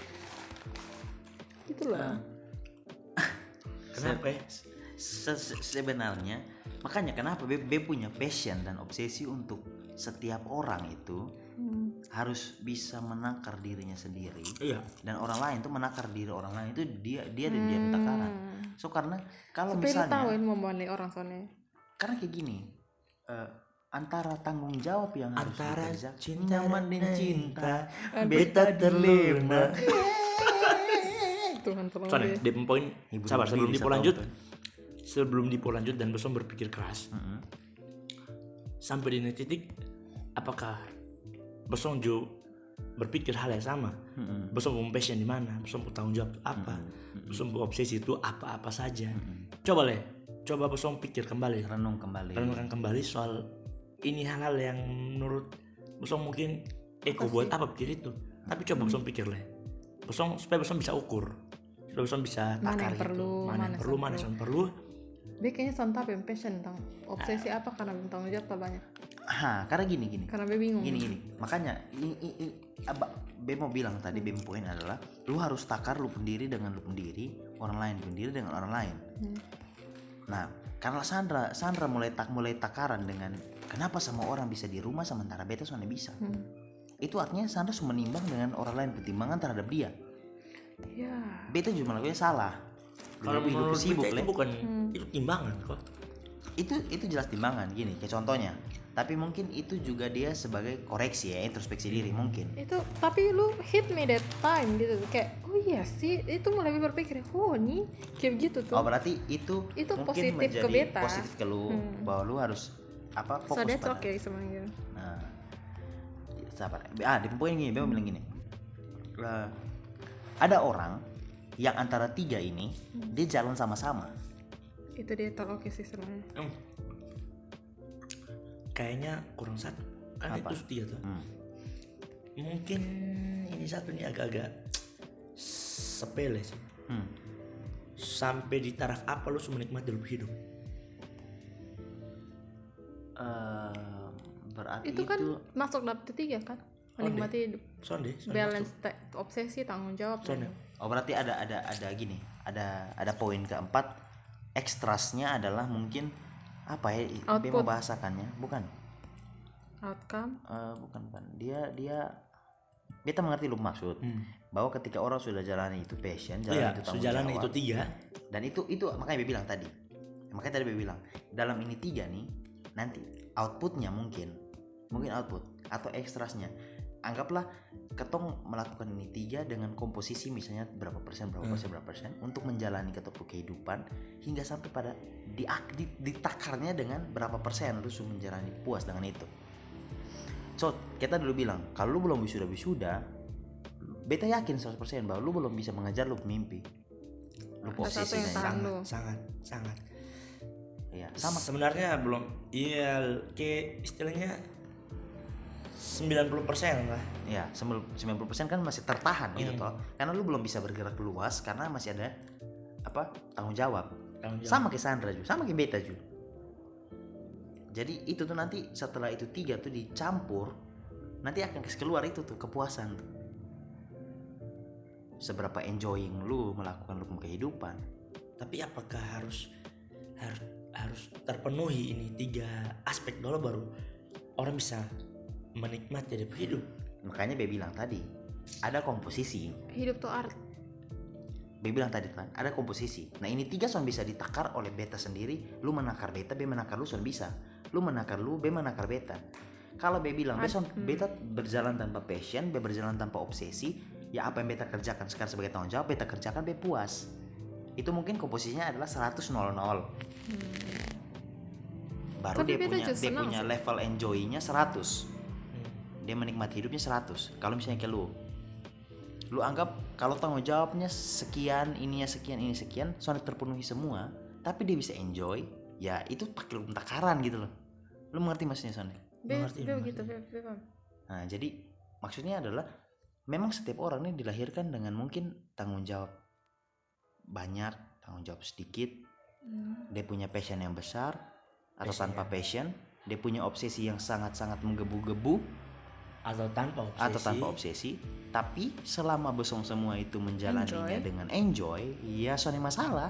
Gitu loh. Kenapa ya? Se- se- sebenarnya makanya kenapa be, be punya passion dan obsesi untuk setiap orang itu Hmm. harus bisa menakar dirinya sendiri. Iya. Dan orang lain tuh menakar diri orang lain itu dia dia dan dia takaran. So karena kalau Supaya lu misalnya tahu ini membanding orang soalnya. karena kayak gini eh, antara tanggung jawab yang harus Antara dikerjakan, cinta nyaman dan dan cinta Beta beta terlena. Tuhan tolong Soalnya be. di poin Ibu sabar Ruby sebelum bisa Dipo tahu lanjut kan? sebelum Dipo lanjut dan Bosom berpikir keras Mm-mm. sampai di titik apakah Bosom juga berpikir hal yang sama? Mm-mm. Bosom punya passion di mana? Bosom punya tanggung jawab apa? Mm-mm. Bosom punya obsesi itu apa-apa saja? Coba leh, coba Bosom pikir kembali, renung kembali. renungkan kembali soal ini hal-hal yang menurut Bosom mungkin eko buat apa pikir itu? Tapi coba Bosom pikir leh, Bosom supaya Bosom bisa ukur, supaya Bosom bisa Mana takar yang perlu, gitu, mana mana yang yang perlu, mana yang perlu. Be kayaknya santap yang passion tentang obsesi apa karena belum tanggung jawab tak banyak. Ha, karena gini gini. Karena be bingung. Gini gini. Makanya ini, ini aba, be mau bilang tadi be poin adalah lu harus takar lu pendiri dengan lu pendiri, orang lain pendiri dengan orang lain. Hmm. Nah, karena Sandra Sandra mulai tak mulai takaran dengan kenapa semua orang bisa di rumah sementara beta soalnya bisa. Hmm. Itu artinya Sandra sudah menimbang dengan orang lain pertimbangan terhadap dia. Ya. Beta juga melakukannya salah. Kalau Hidup- hidup menurut sibuk kita itu Le. bukan Hmm. itu timbangan kok. itu itu jelas timbangan gini kayak contohnya. Tapi mungkin itu juga dia sebagai koreksi ya, introspeksi diri mungkin. Itu tapi lu hit me that time gitu tuh. Kayak oh iya sih itu mulai berpikir oh nih kayak gitu tuh. Oh berarti itu, Itu mungkin positif menjadi ke beta. positif ke lu Hmm. bahwa lu harus apa So fokus that's pada. okay semuanya. Nah, sabar. Ah, di poin gini, Bemo bilang gini. Eh, ada orang yang antara tiga ini dia jalan sama-sama. Itu dia tak oke sih sebenarnya. Hmm. Kayaknya kurang satu. Kan Apa? itu tiga tuh. Hmm. Mungkin ini satu nih agak-agak sepele sih. Hmm. Sampai di taraf apa lu sudah menikmati hidup? Eh, berarti Itu kan masuk dalam tiga kan? Menikmati hidup. Sonde, sonde Balance, te- obsesi, tanggung jawab. Sonde. oh berarti ada ada ada gini, ada ada poin keempat, ekstrasnya adalah mungkin apa ya? Output. Bemo bahasakannya, bukan? Outcome. Eh, bukan bukan. Dia dia Beta mengerti lu maksud Hmm. bahwa ketika orang sudah jalani itu passion, jalan Iya, itu tanggung sejalan jawab. itu tiga. Dan itu itu makanya Bebe bilang tadi. Makanya tadi Bebe bilang dalam ini tiga nih nanti outputnya mungkin mungkin output atau ekstrasnya. Anggaplah ketong melakukan ini tiga dengan komposisi misalnya berapa persen berapa persen berapa persen untuk menjalani ketemu kehidupan hingga sampai pada di, di ditakarnya dengan berapa persen lu sudah menjalani puas dengan itu. So kita dulu bilang kalau lu belum wisuda wisuda, Beta yakin seratus persen bahwa lu belum bisa mengejar lu mimpi. Lu Ada satu posisi yang dan- tahan lu. Sangat, sangat. Iya, sama. Sebenarnya belum. Iya, kayak istilahnya sembilan puluh persen lah. Ya, sembilan puluh persen kan masih tertahan gitu Hmm. toh. Karena lu belum bisa bergerak luas karena masih ada apa? Tanggung jawab. Tanggung jawab. Sama kayak Sandra juga, sama kayak Beta juga. Jadi itu tuh nanti setelah itu tiga tuh dicampur, nanti akan keluar itu tuh kepuasan tuh. Seberapa enjoying lu melakukan lu kehidupan. Tapi apakah harus harus harus terpenuhi ini tiga aspek dulu baru orang bisa menikmati hidup hidup? Makanya Be bilang tadi, ada komposisi. Hidup tuh art. Be bilang tadi kan, ada komposisi. Nah ini tiga soal bisa ditakar oleh Beta sendiri. Lu menakar Beta, Be menakar lu soal bisa. Lu menakar lu, Be menakar Beta. Kalau Be bilang, Be soal Beta berjalan tanpa passion, Be berjalan tanpa obsesi. Ya apa yang Beta kerjakan sekarang sebagai tanggung jawab, Beta kerjakan, Be puas. Itu mungkin komposisinya adalah seratus nol nol. Baru Tapi dia Beta punya juga dia senang punya sih. level enjoy-nya seratus. Dia menikmati hidupnya seratus. Kalau misalnya kayak lu, lu anggap kalau tanggung jawabnya sekian, ininya sekian, ini sekian, soalnya terpenuhi semua, tapi dia bisa enjoy, ya itu pakai lu takaran gitu loh. Lu mengerti maksudnya Soalnya? Be, Mengerti, be mengerti. begitu, be, be, paham. Nah, jadi maksudnya adalah memang setiap orang ini dilahirkan dengan mungkin tanggung jawab banyak, tanggung jawab sedikit. Dia punya passion yang besar atau Passion, tanpa ya. passion, dia punya obsesi yang sangat-sangat menggebu-gebu Atau tanpa obsesi? atau tanpa obsesi. Tapi selama besong semua itu menjalaninya Enjoy. dengan enjoy, ya soalnya masalah.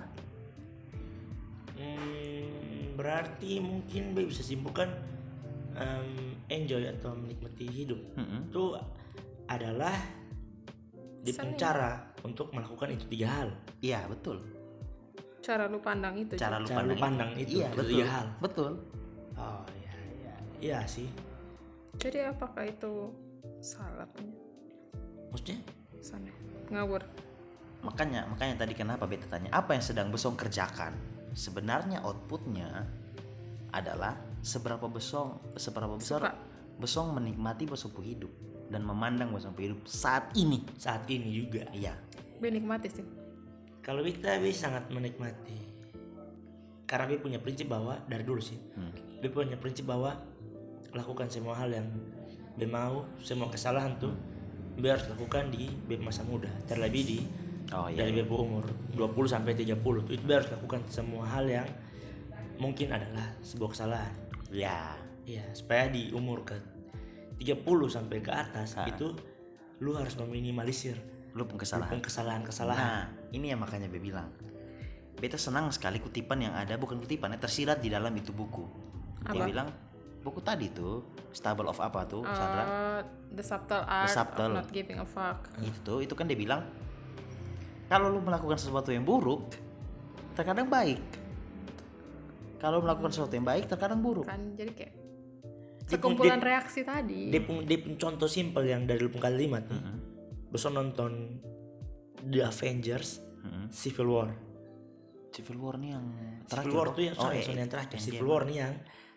Hmm, berarti mungkin Be bisa simpulkan em, enjoy atau menikmati hidup Mm-mm. itu adalah di Seni. cara untuk melakukan itu tiga hal. Iya betul. Cara lu pandang itu. Cara lu Cara lu pandang, pandang itu, iya itu betul. tiga hal. Betul. Oh iya iya iya sih. Jadi apakah itu salah punya? Maksudnya? Sana. Ngawur. Makanya makanya tadi kenapa Beta tanya apa yang sedang besong kerjakan? Sebenarnya outputnya adalah seberapa besong seberapa besar Suka. besong menikmati besong hidup dan memandang besong hidup saat ini. Saat ini juga. Iya. Be nikmati sih. Kalau kita Be sangat menikmati. Karena Be punya prinsip bahwa dari dulu sih. Hmm. Be punya prinsip bahwa lakukan semua hal yang Be mau, semua kesalahan tuh Be harus lakukan di Be masa muda, terlebih di Oh iya. dari Be umur dua puluh sampai tiga puluh tuh itu Be harus lakukan semua hal yang mungkin adalah sebuah kesalahan. Ya. Iya, supaya di umur ke tiga puluh sampai ke atas Ah. itu lu harus meminimalisir Lu pun kesalahan. kesalahan-kesalahan. Nah, ini yang makanya Be bilang. Beta senang sekali kutipan yang ada, bukan kutipan, ya, tersirat di dalam itu buku. Dia Apa? bilang, buku tadi tuh, Stable of apa tuh, Sandra? Uh, the subtle art Subtle. of not giving a fuck. Itu tuh, itu kan dia bilang, kalau lu melakukan sesuatu yang buruk, terkadang baik. Kalau lu melakukan sesuatu yang baik, terkadang buruk. Kan jadi kayak Dia sekumpulan pun- dia- reaksi tadi. Dia pun dia pun contoh simpel yang dari Lupung Kalimat tuh. Mm-mm. Besok nonton The Avengers Mm-mm. Civil War. Civil War nih yang Civil terakhir. War toh? tuh yang Oh, sorry, eh, sorry, yang terakhir. Endgame. Civil War nih yang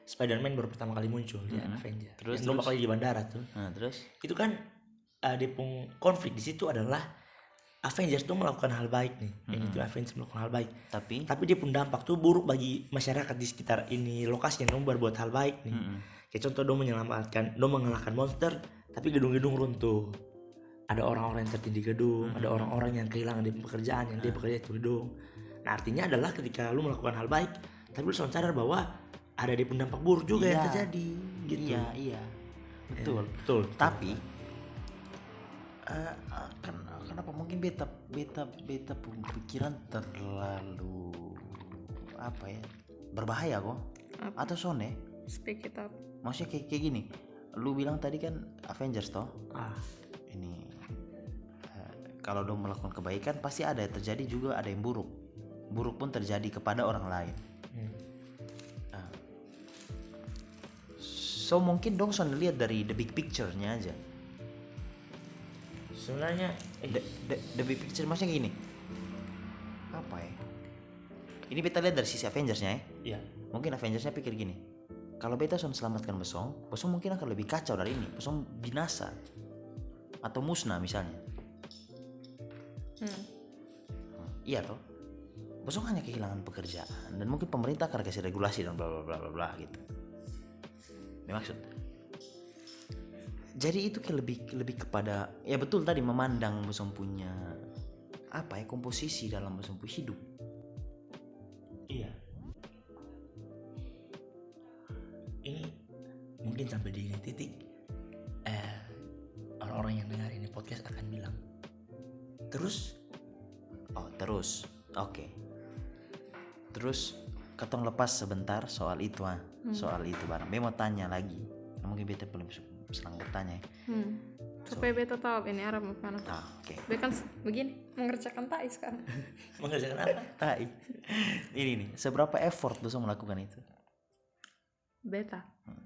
Spider-Man baru pertama kali muncul di Mm-hmm. Avengers. Terus, Yang terus? bakal di bandara tuh. Nah, terus Itu kan uh, dia pun konflik di situ adalah Avengers tuh melakukan hal baik nih. Yang itu Avengers melakukan hal baik. tapi Tapi dia pun dampak tuh buruk bagi masyarakat di sekitar ini lokasi yang dong berbuat hal baik nih. Mm-mm. Kayak contoh dong menyelamatkan, dong mengalahkan monster, tapi gedung-gedung runtuh. Ada orang-orang yang tertindih gedung, ada orang-orang yang kehilangan di pekerjaan yang dia bekerja itu gedung. Nah artinya adalah ketika lu melakukan hal baik, tapi lu selalu sadar bahwa ada di pun dampak buruk juga yang Iya. terjadi. Gitu. iya iya betul Betul. tapi eh, eh, ken- kenapa mungkin beta beta beta pemikiran terlalu apa ya berbahaya kok Apa? atau sone Speak it up. maksudnya kayak kayak gini lu bilang tadi kan Avengers toh Ah, ini eh, kalau dong melakukan kebaikan pasti ada yang terjadi juga ada yang buruk buruk pun terjadi kepada orang lain. hmm. Nah, so mungkin dong soalnya lihat dari the big picture-nya aja. Sebenarnya eh, The, the, the big picture maksudnya gini. Apa ya? Ini beta lihat dari sisi Avengers-nya ya. ya. Mungkin Avengers-nya pikir gini. Kalau beta son selamatkan Besong, Besong mungkin akan lebih kacau dari ini. Besong binasa atau musnah misalnya. Hmm. Iya toh. Besok hanya kehilangan pekerjaan dan mungkin pemerintah akan kasih regulasi dan bla bla bla bla bla gitu. Ini maksud. Jadi itu kayak lebih lebih kepada ya betul tadi memandang Besong punya apa ya komposisi dalam Besong punya hidup. Iya. Ini mungkin sampai di ini titik eh orang-orang yang dengar ini podcast akan bilang terus Oh terus, oke. Terus ketong lepas sebentar soal itu ah, soal itu barang. Be mau tanya lagi, mungkin beta belum senang bertanya. Ya. Hmm. Supaya beta tahu ini arah mau kemana. Ah oke. Beta kan s- begini mengerjakan tai sekarang. mengerjakan apa? Tai. Ini nih, seberapa effort Besong melakukan itu? Beta.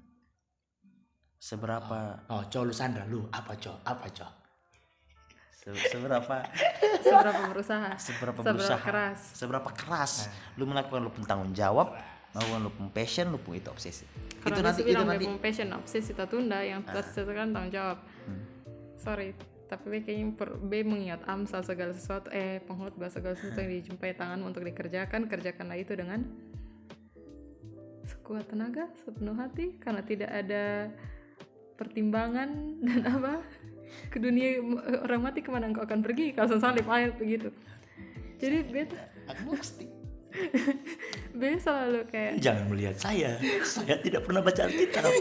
Seberapa Oh, cow lu Sandra lu apa cow? Apa cow? se- seberapa Seberapa berusaha. seberapa Seberapa berusaha keras. seberapa keras lu melakukan lu pun tanggung jawab melakukan lu pun passion lu pun itu obsesi itu Karena nanti nanti itu bilang nanti nanti... passion obsesi kita tunda yang Ah. terus kan tanggung jawab. Hmm. Sorry, tapi B kayaknya per, B mengingat amsal segala sesuatu eh pengkhotbah segala sesuatu yang dijumpai tanganmu untuk dikerjakan, kerjakanlah itu dengan sekuat tenaga, sepenuh hati, karena tidak ada pertimbangan dan apa ke dunia orang mati kemana engkau akan pergi kalau salib ayat begitu. Jadi beta agnostik B selalu kayak Jangan melihat saya. Saya tidak pernah baca Alkitab.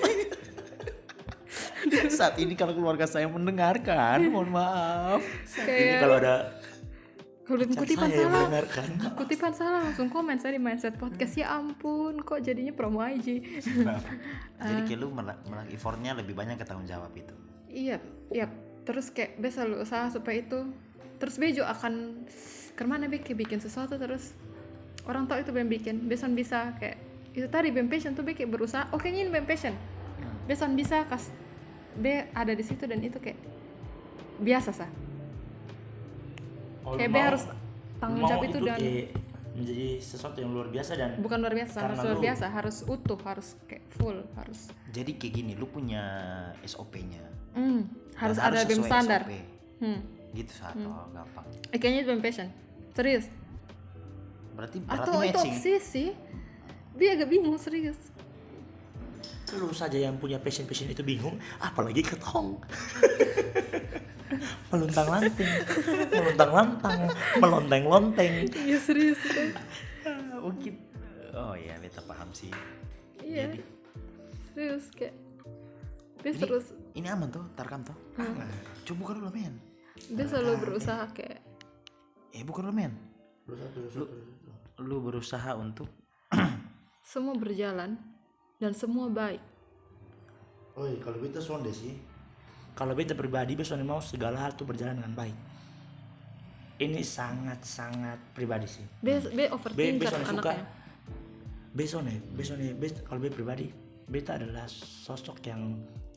saat ini kalau keluarga saya mendengarkan mohon maaf Ini kayak kalau ada kalau pacar kutipan saya yang salah mendengarkan. kutipan salah langsung komen saya di mindset podcast ya ampun kok jadinya promo I G. jadi kayak lu melak effortnya lebih banyak ke tanggung jawab itu Iya, iya. Terus kayak B selalu usaha supaya itu. Terus B juga akan kemana B kayak bikin sesuatu terus orang tahu itu B yang bikin. B son bisa kayak itu tadi B passion tuh B kayak berusaha. Oke ini B passion. B son bisa kas B ada di situ dan itu kayak biasa sah. Oh, Kayak lu B mau- harus tanggung lu jawab mau itu dan kayak menjadi sesuatu yang luar biasa dan bukan luar biasa, Karena harus luar lu- biasa, harus utuh, harus kayak full, harus jadi kayak gini lu punya S O P-nya hmm, harus Dan ada B I M sesuai standar. S O P. Hmm. gitu saat oh, gampang Eh, kayaknya itu B I M passion. Serius. berarti berarti Atau itu matching obsesi. Dia agak bingung serius. lu saja yang punya passion-passion itu bingung, apalagi ketong. Meluntang-lanting, meluntang-lantang, melonteng-lonteng. Iya serius itu. mungkin oh iya beta paham sih Iya. Jadi- Serius kayak dia Ini- terus ini aman tuh tarkam tuh coba buka dulu men dia selalu berusaha kayak eh buka dulu men lu, lu berusaha untuk semua berjalan dan semua baik. Oh iya, kalau beta sonde sih. Kalau beta pribadi beta sonde mau segala hal tuh berjalan dengan baik. Ini sangat-sangat pribadi sih. Dia dia Be, overthinker besone suka. anaknya. Besone, besone, bes, kalau be pribadi, beta adalah sosok yang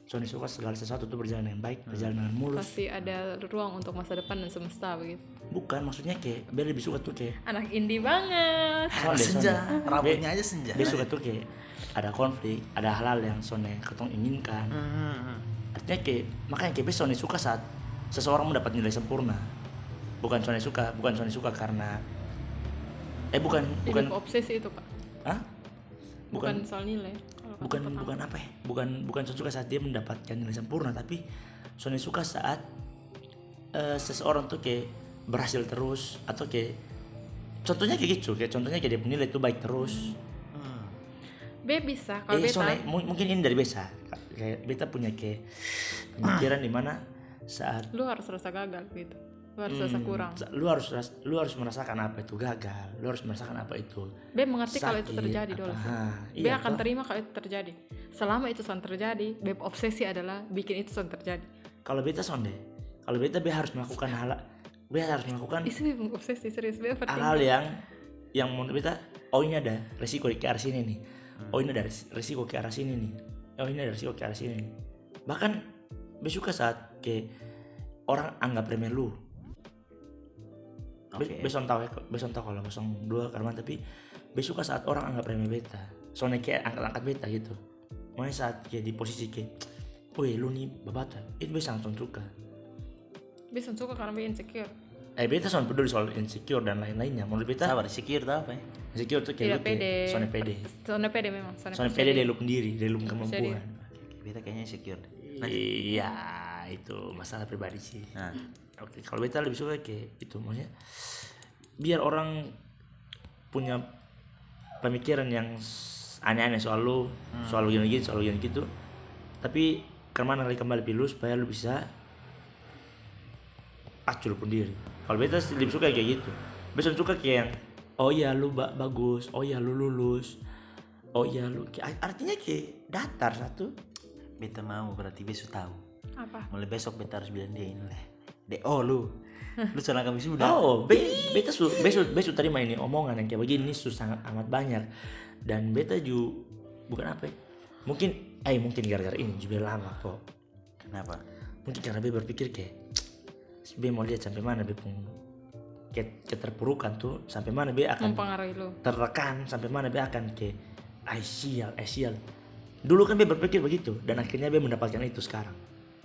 Sony suka segala sesuatu tuh berjalan dengan baik, berjalan dengan mulus. Pasti ada ruang untuk masa depan dan semesta begitu. Bukan, maksudnya kayak Be lebih suka tuh kayak Anak indie banget. Sonde, Senja, Sonde. rambutnya Be- aja senja. Be suka tuh kayak ada konflik, ada hal-hal yang Sony ketong inginkan. Hmm. Artinya kayak makanya kayak Be Sony suka saat seseorang mendapat nilai sempurna. Bukan Sony suka, bukan Sony suka karena eh bukan bukan Hidup obsesi itu Pak. Hah? Bukan, Bukan soal nilai. Kalau kata bukan pertama. bukan apa ya? Bukan bukan Sony suka saat dia mendapatkan nilai sempurna, tapi Sony suka saat eh, seseorang tuh kayak berhasil terus atau kayak contohnya kayak gitu, kayak contohnya kayak dia punya nilai itu baik terus. B bisa kalau Eh, beta Sony, mu- mungkin ini dari Beta. Kayak Beta punya kayak pemikiran di mana saat lu harus rasa gagal gitu. Lu harus rasa Hmm, kurang. sa- lu harus ras- lu harus merasakan apa itu gagal, lu harus merasakan apa itu B mengerti kalau itu sakit, terjadi apa- dulu. ha, B iya akan toh. terima kalau itu terjadi. Selama itu sudah terjadi, B obsesi adalah bikin itu sudah terjadi. Kalau Beta sonde, kalau Beta B harus melakukan hal, B harus melakukan Itu B obsesi serius B overthinking. hal-hal yang yang menurut Beta, oh ini ada resiko ke arah sini nih, oh ini ada res- resiko ke arah sini nih, oh ini ada resiko ke arah sini nih. Bahkan B suka saat kayak orang anggap remeh lu. Oke. Be Beson tahu ya, Beson tahu kalau kosong dua karena tapi Be suka saat orang anggap remeh Beta, soalnya kayak angkat-angkat Beta gitu. Makanya saat kayak di posisi kayak, wih lu nih babata, itu Be sangat suka. B suka karena B insecure. Eh Beta soal peduli soal insecure dan lain-lainnya. Menurut Beta Sabar, secure tuh apa ya? insecure tuh kayak Tidak lu kayak pede. soalnya pede, Soalnya pede memang. soalnya pede dari lu sendiri, dari lu kemampuan. Beta kayaknya secure deh. Iya itu masalah pribadi sih. Nah, Oke, kalau Beta lebih suka kayak itu, maksudnya biar orang punya pemikiran yang s- aneh-aneh soal lu, soal gini gitu, soal gini gitu. Tapi kemana kali kembali pilih supaya lu bisa pacul pun diri. Kalau Beta sih lebih suka kayak gitu. Beta suka kayak yang oh iya lu ba- bagus, oh iya lu lulus, oh iya lu kayak- artinya kayak datar satu. beta mau berarti besok tahu. Apa? Mulai besok beta harus bilang dia ini lah. De oh lu. Lu salah kami sudah. Oh, be, beta su, besu, besu terima ini omongan yang kayak begini susah sangat amat banyak. Dan beta juga bukan apa ya, mungkin, eh mungkin gara-gara ini juga lama kok. Kenapa? Mungkin karena be berpikir kayak, be mau lihat sampai mana be pun kayak keterpurukan tuh, sampai mana be akan Mempengaruhi lu. tertekan, sampai mana be akan kayak, ay sial, ay sial. Dulu kan be berpikir begitu, dan akhirnya be mendapatkan itu sekarang.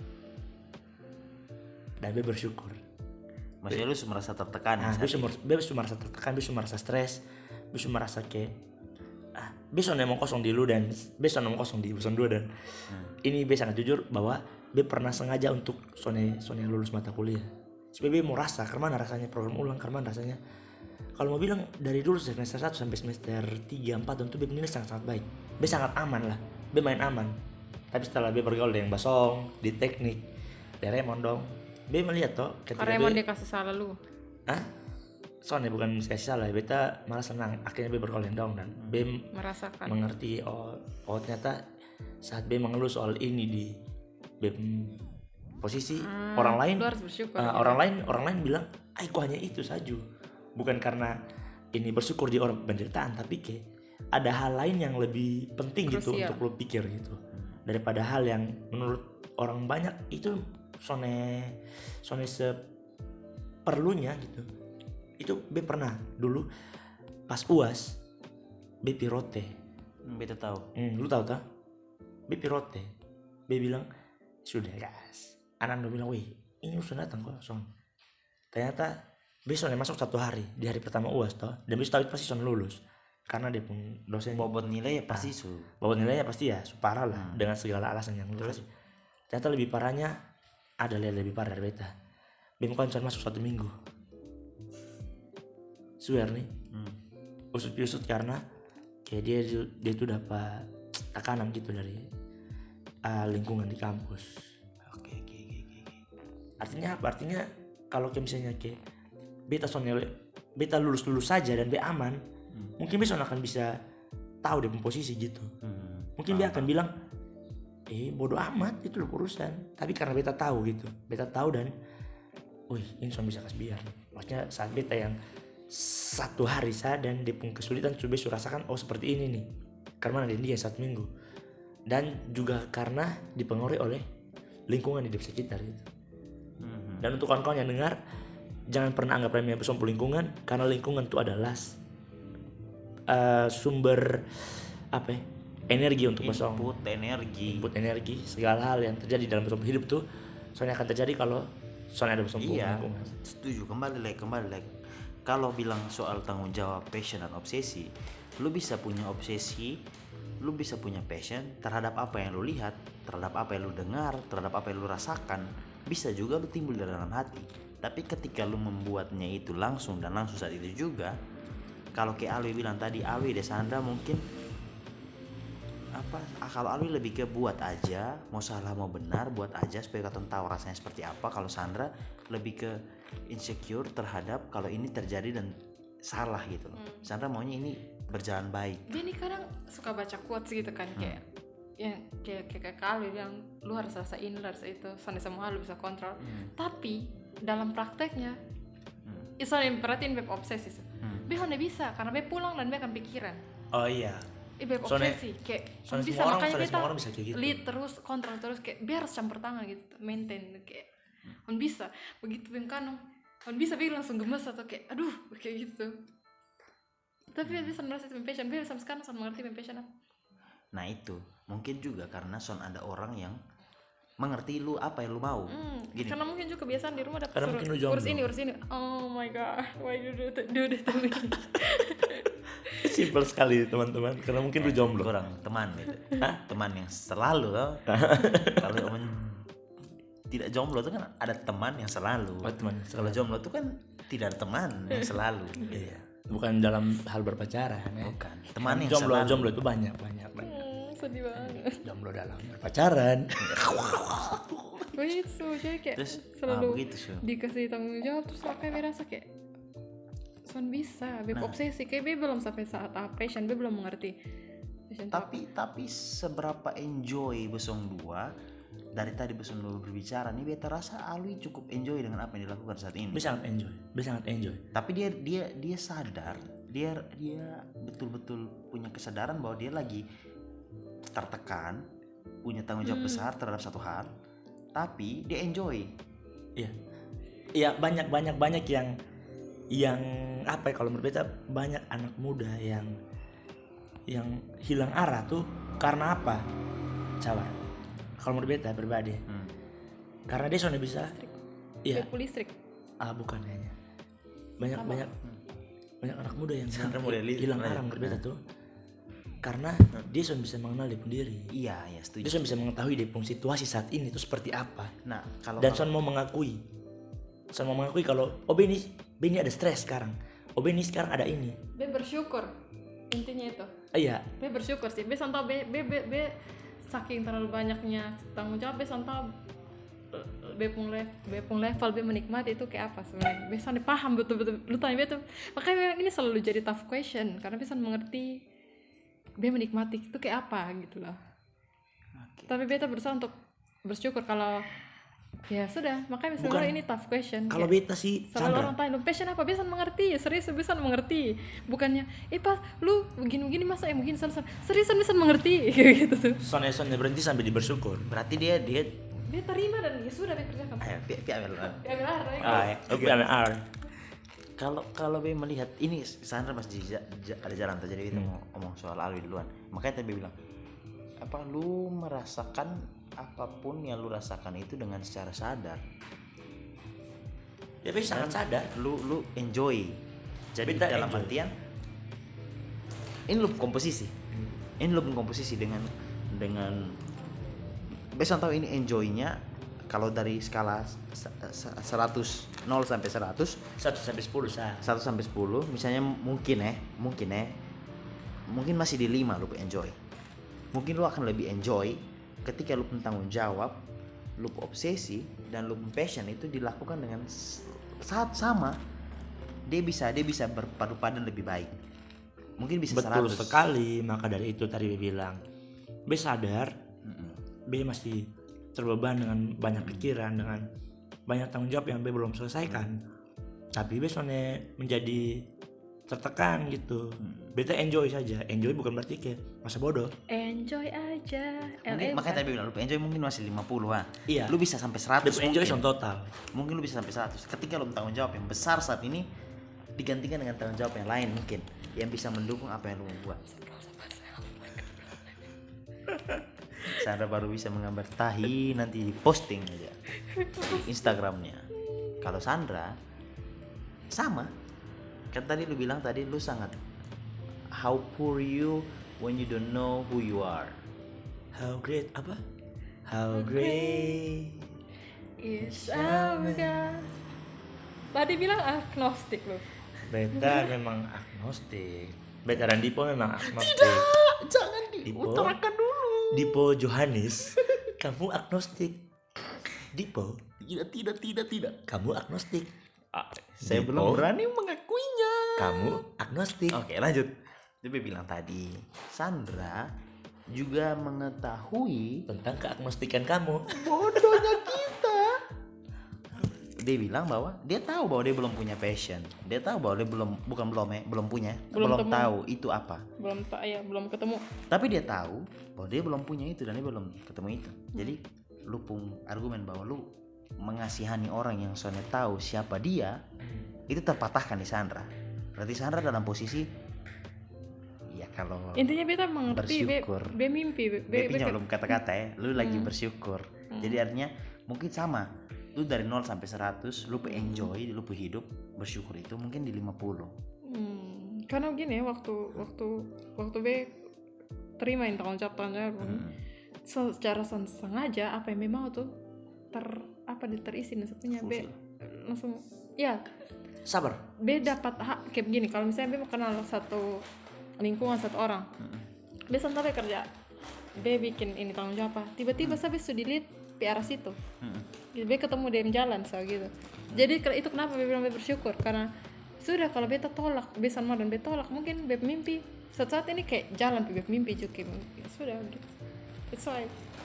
Dan be bersyukur. Maksudnya lu merasa tertekan Nah, saat bisa ini? bisa merasa tertekan, bisa merasa stres, bisa merasa kayak ah, bisa emang kosong di lu dan bisa emang kosong di Busan dua dan ini be sangat jujur bahwa be pernah sengaja untuk Sone Sone lulus mata kuliah. Supaya be mau rasa kemana rasanya program ulang, kemana rasanya. Kalau mau bilang dari dulu semester satu sampai semester tiga, empat tentu be nilai sangat-sangat baik. Be sangat aman lah, be main aman. Tapi setelah be bergaul dengan Basong, di teknik, di Raymond dong, be melihat toh ketika Karena emang be dia kasih salah lu. Hah? Soalnya bukan kasih salah, beta malah senang. Akhirnya be bergaul dengan dong dan be Merasakan. mengerti oh, oh ternyata saat be mengeluh soal ini di be posisi orang lain, Lu harus bersyukur. uh, gitu. orang lain orang lain bilang, "Ay, kok hanya itu saja." Bukan karena ini bersyukur di orang penderitaan, tapi kayak ada hal lain yang lebih penting gitu Krusial. untuk lo pikir gitu. Daripada hal yang menurut orang banyak itu sone sone seperlunya gitu. Itu be pernah dulu pas U A S be pirote. Hmm, beta tahu. Hmm, lu tahu tak? Be pirote. Be bilang sudah guys. Anando bilang, wih ini sudah datang kok son. Ternyata besoknya masuk satu hari di hari pertama U A S toh. Dan besok tahu itu pasti son lulus karena dia pun dosen Bobot nilai ya pasti su. bawa nilainya pasti ya parah lah dengan segala alasan yang lu kasih. Ternyata lebih parahnya ada yang lebih parah dari beta. Bem konsen masuk satu minggu. Swear nih. Hmm. Usut-usut karena kayak dia dia tuh dapat tekanan gitu dari uh, lingkungan di kampus. Oke oke oke oke. Artinya apa? Artinya kalau kayak misalnya kayak beta soalnya beta lulus lulus saja dan be aman, mungkin besok akan bisa tahu dia posisi gitu. Hmm. Mungkin dia akan bilang, eh bodoh amat itu loh urusan. Tapi karena beta tahu gitu, beta tahu dan, wih ini cuma bisa kasih biar. Maksudnya saat beta yang satu hari saja dan dia pun kesulitan coba rasakan, oh seperti ini nih. Karena dia dia satu minggu dan juga karena dipengaruhi oleh lingkungan di sekitar gitu. Mhm. Dan untuk kawan-kawan yang dengar, jangan pernah anggap remeh besompo lingkungan, karena lingkungan itu adalah uh, sumber apa ya, energi untuk besong, Input energi. input energi, segala hal yang terjadi dalam besompo hidup tuh soalnya akan terjadi kalau soalnya ada besompo Iya, lingkungan. setuju. Kembali lagi, kembali lagi. Kalau bilang soal tanggung jawab, passion dan obsesi, lu bisa punya obsesi, lu bisa punya passion terhadap apa yang lu lihat, terhadap apa yang lu dengar, terhadap apa yang lu rasakan. Bisa juga lu timbul dari dalam hati. Tapi ketika lu membuatnya itu langsung dan langsung saat itu juga, kalau kayak Alwi bilang tadi, Alwi Desandra mungkin apa? ah, Kalau Alwi lebih ke buat aja, mau salah mau benar, buat aja supaya kalian tahu rasanya seperti apa. Kalau Sandra lebih ke insecure terhadap kalau ini terjadi dan salah gitu loh. Hmm. Sandra maunya ini berjalan baik. Dia nih kadang suka baca quotes gitu kan, kayak yang kayak kayak kalau bilang lu harus rasa ini, lu harus itu, soalnya semua lu bisa kontrol. Tapi dalam prakteknya itu yang perhatiin beb obsesi sih. Hmm. Be hanya bisa karena be pulang dan be akan pikiran. Oh iya. Eh, beb Soalnya- obsesi kayak soalnya bisa semua orang- makanya soalnya kita semua orang bisa kayak gitu. lead terus, kontrol terus, kayak biar harus campur tangan gitu, maintain kayak on bisa begitu beng kanong on bisa be langsung gemes atau kayak aduh kayak gitu. Tapi dia bisa merasa itu passion, be sampai sekarang sama mengerti passion apa. Nah itu mungkin juga karena son ada orang yang mengerti lu apa yang lu mau. Hmm, Gini, karena mungkin juga kebiasaan di rumah dapat Karena suruh mungkin lu jomblo. urus ini urus ini. Oh my god, why you do that, do that to me? Simpel sekali teman-teman, karena mungkin lu jomblo. kurang teman gitu. Teman yang selalu tau. Kalau men- tidak jomblo tuh kan ada teman yang selalu. Oh, teman Kalau jomblo tuh kan tidak ada teman yang selalu. Iya. Bukan dalam hal berpacaran ya. Bukan. Teman yang jomblo selalu. jomblo itu banyak banyak banyak. Hmm, sedih banget. Jomblo dalam berpacaran. Begitu, jadi kayak Terus, selalu ah, begitu, Su. dikasih tanggung jawab terus kayak merasa kayak son bisa, beb Nah. obsesi kayak be belum sampai saat tahap passion, be belum mengerti passion itu apa. Tapi tapi seberapa enjoy Besong dua dari tadi Besong dua berbicara nih, beta rasa Alwi cukup enjoy dengan apa yang dilakukan saat ini. Bisa sangat enjoy. Bisa sangat enjoy. Tapi dia dia dia sadar, dia dia betul-betul punya kesadaran bahwa dia lagi tertekan, punya tanggung jawab besar terhadap satu hal, tapi dia enjoy. Iya. Iya, banyak banyak banyak yang yang apa ya, kalau menurut beta banyak anak muda yang yang hilang arah tuh karena apa? Coba. Kalau menurut beta pribadi, Hmm. karena dia sudah bisa. Iya. Beb listrik. Ah, bukan kayaknya. Banyak banyak banyak anak muda yang Sekarang hilang- mulai li- hilang mulai- arah menurut beta tuh karena dia sudah bisa mengenal dia sendiri. Iya, ya Dia setuju. sudah bisa mengetahui dia punya situasi saat ini itu seperti apa. Nah, kalau Dan kalau- Son mau mengakui Son mau mengakui kalau oh Be ini Be ini ada stres sekarang, oh Be ini sekarang ada ini. Be bersyukur, intinya itu. Ah, iya, Be bersyukur sih, be sonto be be be, be saking terlalu banyaknya tanggung jawab, be sonto be pun level, be pun level be menikmati itu kayak apa sebenarnya. Be sonto paham betul-betul, lu tanya be tuh, makanya ini selalu jadi tough question karena be sonto mengerti be menikmati itu kayak apa gitu loh. Oke. Tapi beta berusaha untuk bersyukur kalau ya sudah, makanya misalnya Bukan. ini tough question. kalau Kayak- beta sih selalu Chandra. orang tanya, lu passion apa? Bisa mengerti, serius bisa mengerti. Bukannya, eh pas lu begini-begini masa ya mungkin salah serius bisa mengerti kayak gitu tuh. Son ya Son ya berhenti sampai di bersyukur. berarti dia dia Dia terima dan ya sudah dia kerjakan. ayo pi- pi- ambil, ambil. Ya benar, ya. Ah, ya. Oke, ada R. Kalau kalau Be melihat ini Sandra masih ja- ja- ada jalan terjadi, kita mau ngomong soal Alwi duluan. Makanya tadi Be bilang apa lu merasakan apapun yang lu rasakan itu dengan secara sadar. Ya Be sangat sadar. Lu lu enjoy. Jadi Beta dalam enjoy. artian ini lu komposisi. Ini lu komposisi dengan dengan Besan tahu ini enjoynya kalau dari skala se- se- seratus nol sampai seratus satu sampai sepuluh sah. satu sampai sepuluh misalnya mungkin ya mungkin ya mungkin masih di lima lu enjoy, mungkin lu akan lebih enjoy ketika lu tanggung jawab, lu obsesi dan lu passion itu dilakukan dengan s- saat sama, dia bisa dia bisa berpadu padan lebih baik, mungkin bisa Betul seratus. sekali, maka dari itu tadi Be bilang Be sadar Be masih terbeban dengan banyak pikiran, dengan banyak tanggung jawab yang Be belum selesaikan. Tapi Be soalnya menjadi tertekan gitu. Beta enjoy saja. Enjoy bukan berarti kayak masa bodoh. Enjoy aja. Mungkin, makanya tadi bilang lu enjoy mungkin masih lima puluh ah. Iya. Lu bisa sampai seratus. Beta enjoy mungkin. on total. Mungkin lu bisa sampai seratus. Ketika lu tanggung jawab yang besar saat ini digantikan dengan tanggung jawab yang lain mungkin yang bisa mendukung apa yang lu mau buat. Sandra baru bisa menggambar tahi, nanti di posting aja di Instagramnya. Kalau Sandra sama kan tadi lu bilang tadi lu sangat how poor you when you don't know who you are. How great apa? How great. Is our God. Tadi bilang agnostik loh. Beta memang agnostik. Beta dan Dipo memang agnostik. Jangan Dipo, diutarakan dulu. Dipo Johannes, kamu agnostik. Dipo, Tidak, tidak, tidak, tidak. kamu agnostik. Ah, saya Dipo, belum berani mengakuinya. Kamu agnostik. Oke, lanjut. Dia bilang tadi, Sandra juga mengetahui Tentang keagnostikan kamu. bodohnya kita. Dia bilang bahwa dia tahu bahwa dia belum punya passion. Dia tahu bahwa dia belum bukan belum ya, belum punya, Belum belum, temu. tahu itu apa. Belum tak ya, belum ketemu. Tapi dia tahu bahwa dia belum punya itu dan dia belum ketemu itu. Jadi lu pun argumen bahwa lu mengasihani orang yang soalnya tahu siapa dia, itu terpatahkan di Sandra. Berarti Sandra dalam posisi ya kalau Intinya beta mengerti be, bersyukur. be mimpi be, Dia be, pinjam be- belum kata-kata ya, lu lagi Hmm. bersyukur. Jadi artinya mungkin sama. Lu dari nol sampai seratus, lu pe enjoy, lu pe hidup, bersyukur itu mungkin di lima puluh. Hmm, karena gini ya waktu waktu waktu be terima yang tanggung jawab tanggung jawab Hmm. secara sen- sengaja apa yang memang tuh ter apa di terisi dan satunya be langsung ya Sabar. be dapat hak kayak begini. Kalau misalnya be mau kenal satu lingkungan satu orang, be sampai kerja, be bikin ini tanggung jawab apa, tiba-tiba saya be sudah dilihat di arah situ. Hmm. Be ketemu dia yang jalan so gitu. Jadi ke- itu kenapa be bilang be bersyukur karena sudah kalau beta tolak be sama dan be tolak mungkin be mimpi suatu saat ini kayak jalan be mimpi juga mimpi. Sudah gitu. It's why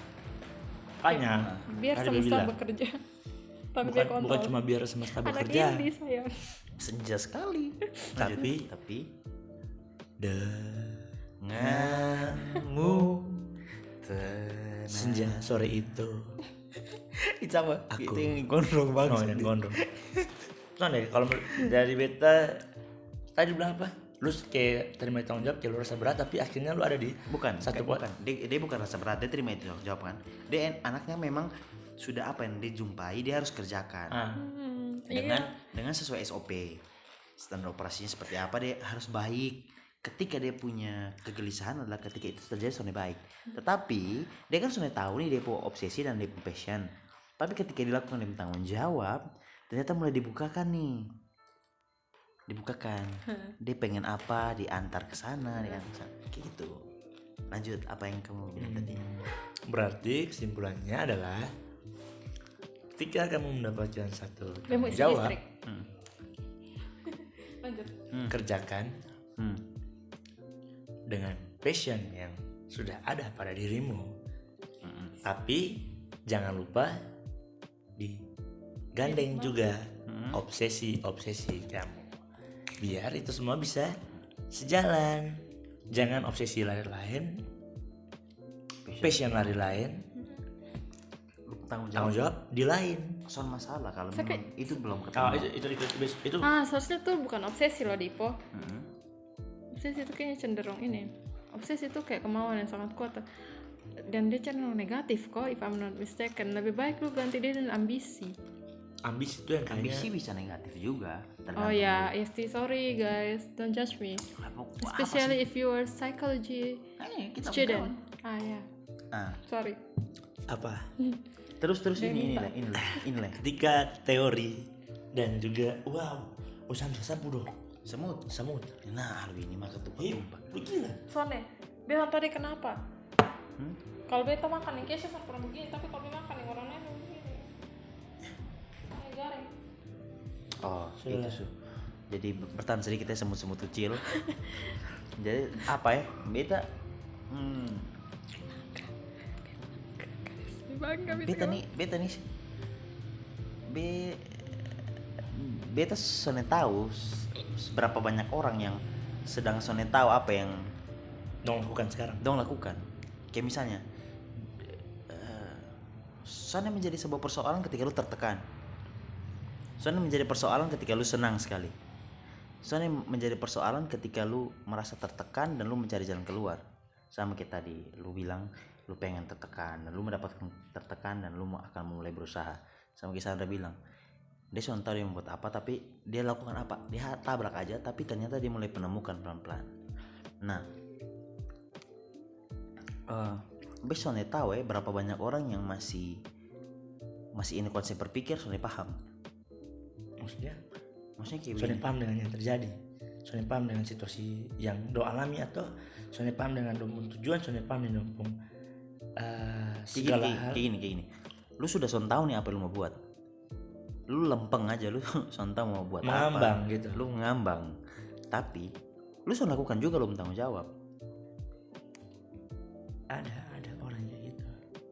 Makanya. biar tadi dia semesta bilang, bekerja. Tapi Bukan, be kontrol. bukan cuma biar semesta anak bekerja, ini sayang. Senja sekali. tapi Tapi denganmu tenang. senja sore itu. Itu apa? Aku. Itu yang gondrong banget. Oh, yang gondrong. Nah deh, kalau menurut- dari beta tadi bilang apa? Lu kayak terima tanggung jawab, kayak lu rasa berat, tapi akhirnya lu ada di Bukan, satu satu buat. bukan. Dia, dia bukan rasa berat, dia terima itu jawab kan. Dia en- anaknya memang sudah apa yang dia jumpai, dia harus kerjakan. Ah, Hmm, dengan iya. dengan sesuai S O P. Standar operasinya seperti apa, dia harus baik. Ketika dia punya kegelisahan adalah ketika itu terjadi soalnya baik. Tetapi dia kan sudah tahu nih dia punya obsesi dan dia punya passion. Tapi ketika dilakukan dia tanggung jawab, ternyata mulai dibukakan nih. Dibukakan. Dia pengen apa, diantar ke sana, diantar ke sana. Kayak gitu. Lanjut apa yang kamu bilang tadi? berarti kesimpulannya adalah ketika kamu mendapatkan satu Be mau tanggung isi jawab, listrik. Hmm. Lanjut. kerjakan Hmm. dengan passion yang sudah ada pada dirimu. Hmm. Tapi jangan lupa digandeng juga Hmm. obsesi-obsesi kamu. Biar itu semua bisa sejalan. Jangan obsesi lari lain, passion lari lain, Tanggung jawab. tanggung jawab di lain. Soal masalah kalau Tapi- memang itu belum ketemu. Oh, itu itu itu, itu, itu Ah, seharusnya tuh bukan obsesi loh Dipo. Hmm. Obsesi itu kayaknya cenderung ini. Obsesi itu kayak kemauan yang sangat kuat. Dan dia cenderung negatif kok, if I'm not mistaken. Lebih baik lu ganti dia dengan ambisi. ambisi itu yang kayaknya Ambisi bisa negatif juga. Oh ya, yes, sorry guys, don't judge me. Especially if you are psychology Eh, kita student. Ah ya, Ah, sorry. apa? terus terus Dia ini minta. inilah inilah inilah Ketika teori dan juga wow, usaha sapu dong, semut. semut. Nah, lu ini mah ketupat Iya, tumpah. begila. Soalnya, bilang tadi kenapa? Hmm? Kalau beta makan yang Kesha pernah begini, tapi kalau beta makan yang orang lain begini. Kayak garing. Oh, Sudah. itu su. Jadi ber- bertahan sedikit ya semut-semut kecil. Jadi apa ya? Beta hmm, Bangga bisa beta nih, beta nih be beta sone tahu s- seberapa banyak orang yang sedang sone tahu apa yang Dong lakukan sekarang. dong lakukan. Kayak misalnya eh, sone menjadi sebuah persoalan ketika lu tertekan. Sone menjadi persoalan ketika lu senang sekali. Sone menjadi persoalan ketika lu merasa tertekan dan lu mencari jalan keluar. Sama kayak tadi lu bilang lu pengen tertekan dan lu mendapatkan tertekan dan lu mau- akan mulai berusaha. Sama kayak Sandra bilang, dia sudah tahu dia membuat apa tapi dia lakukan apa, dia tabrak aja tapi ternyata dia mulai menemukan pelan-pelan. Nah, uh, besok nih tahu ya berapa banyak orang yang masih masih ini konsep berpikir sudah paham. Maksudnya Maksudnya kayak Soalnya begini. paham dengan yang terjadi, soalnya paham dengan situasi yang do alami, atau soalnya paham dengan do tujuan, soalnya paham dengan do uh, Kayak gini, segala kayak, hal. kayak gini, kayak gini. Lu sudah son tahu nih apa lu mau buat. Lu lempeng aja lu son tahu mau buat Mengambang apa. gitu. Lu ngambang. Tapi lu son lakukan juga lu bertanggung jawab. Ada ada orang kayak gitu.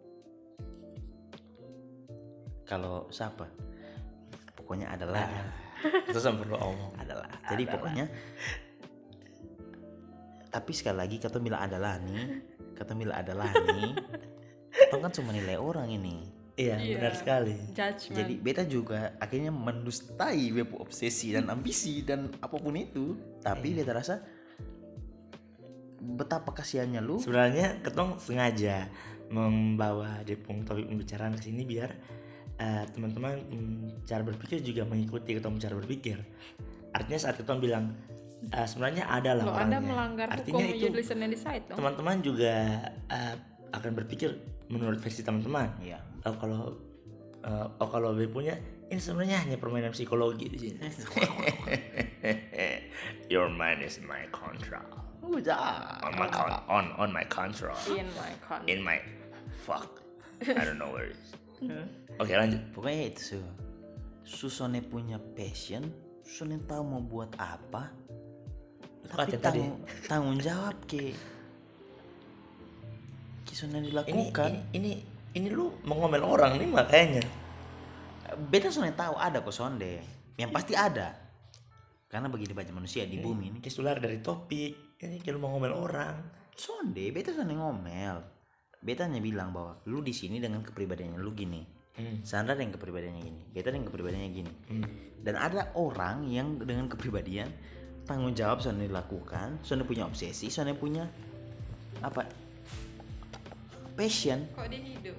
Kalau siapa? Pokoknya adalah Itu sampai perlu omong. adalah. Jadi pokoknya tapi sekali lagi kata bilang adalah nih, kata bilang adalah nih. Itu kan cuma nilai orang ini. Iya, Iya. benar sekali. Judgment. Jadi beta juga akhirnya mendustai beta obsesi dan ambisi dan apapun itu. Tapi beta rasa betapa kasihannya lu. Sebenarnya ketong sengaja membawa Depung topik pembicaraan ke sini biar eh, teman-teman mm, cara berpikir juga mengikuti ketong cara berpikir. Artinya saat ketong bilang eh, sebenarnya ada lah Loh, orangnya. Anda melanggar Artinya hukum itu you listen and decide dong. teman-teman juga eh, akan berpikir menurut versi teman-teman. Iya. Oh kalau eh, oh kalau B punya ini sebenarnya hanya permainan psikologi di sini. Your mind is my control. On my con- on on my control. In my con. In my fuck. I don't know where it is. Oke, lanjut. Pokoknya itu su. Susone punya passion, Susone tahu mau buat apa. Itu Tapi kata tadi. tanggung, tanggung jawab ke Kisone Ini, dilakukan. ini ini ini lu mengomel orang nih makanya. Beta Susone tahu ada kok sonde. Yang pasti ada. Karena begini banyak manusia di bumi ini. Kayak keluar dari topik. Ini kayak lu mau ngomel orang. Sonde, beta Susone ngomel. Beta hanya bilang bahwa lu di sini dengan kepribadiannya lu gini. Hmm. Sandra dengan kepribadiannya gini. Beta dengan kepribadiannya gini. Hmm. Dan ada orang yang dengan kepribadian tanggung jawab Sonde dilakukan, Sonde punya obsesi, Sonde punya apa? Passion. Kok dia hidup?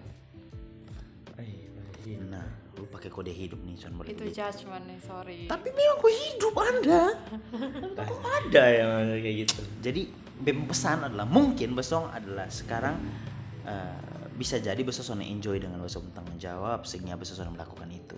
Nah, lu pakai kode hidup nih Son boleh Itu begitu. judgment nih, sorry. Tapi memang kok hidup Anda. Ada yang kayak gitu. Jadi bem pesan adalah mungkin besok adalah sekarang eh, bisa jadi besok Sonde enjoy dengan besok tanggung jawab sehingga besok Sonde melakukan itu.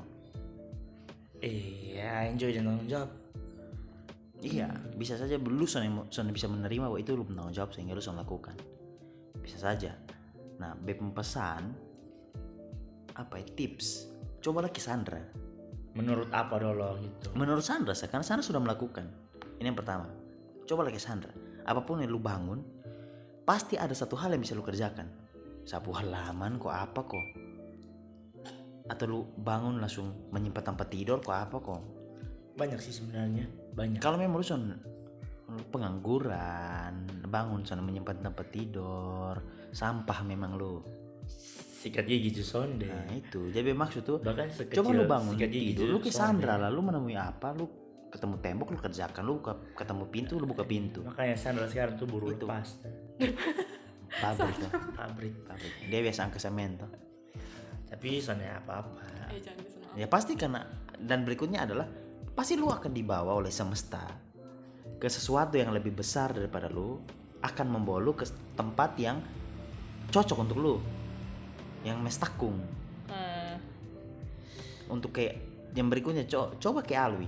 Iya, enjoy dan tanggung jawab. Iya, bisa saja lu Sonde, Sonde bisa menerima bahwa itu lu tanggung jawab sehingga lu Sonde lakukan. Bisa saja. Nah, bem pesan apa ya, tips. Cobalah ke Sandra. Menurut apa dulu gitu. Menurut Sandra, karena Sandra sudah melakukan. Ini yang pertama. Cobalah ke Sandra. Apapun yang lu bangun, pasti ada satu hal yang bisa lu kerjakan. Sapu halaman kok apa kok. Atau lu bangun langsung menyimpan tempat tidur kok apa kok. Banyak sih sebenarnya, banyak. Kalau memang lu son pengangguran, bangun sana menyimpan tempat tidur, sampah memang lu. Sikat gigi sonde. Nah, itu. Jadi maksud tuh Bahkan sekecil coba lu bangun sikat gigi tidur, lu ke sonde. Sandra lah, lu menemui apa, lu ketemu tembok lu kerjakan, lu buka, ketemu pintu lu buka pintu. Makanya Sandra sekarang tuh buru Itu. pasta. Pabrik tuh. Pabrik. Pabrik. Dia biasa angka semen tuh. Tapi soalnya apa-apa. Eh, jangan disenang. Ya pasti karena, dan berikutnya adalah pasti lu akan dibawa oleh semesta ke sesuatu yang lebih besar daripada lu, akan membawa lu ke tempat yang cocok untuk lu, yang mestakung. Hmm. Untuk kayak yang berikutnya co- coba kayak Alwi,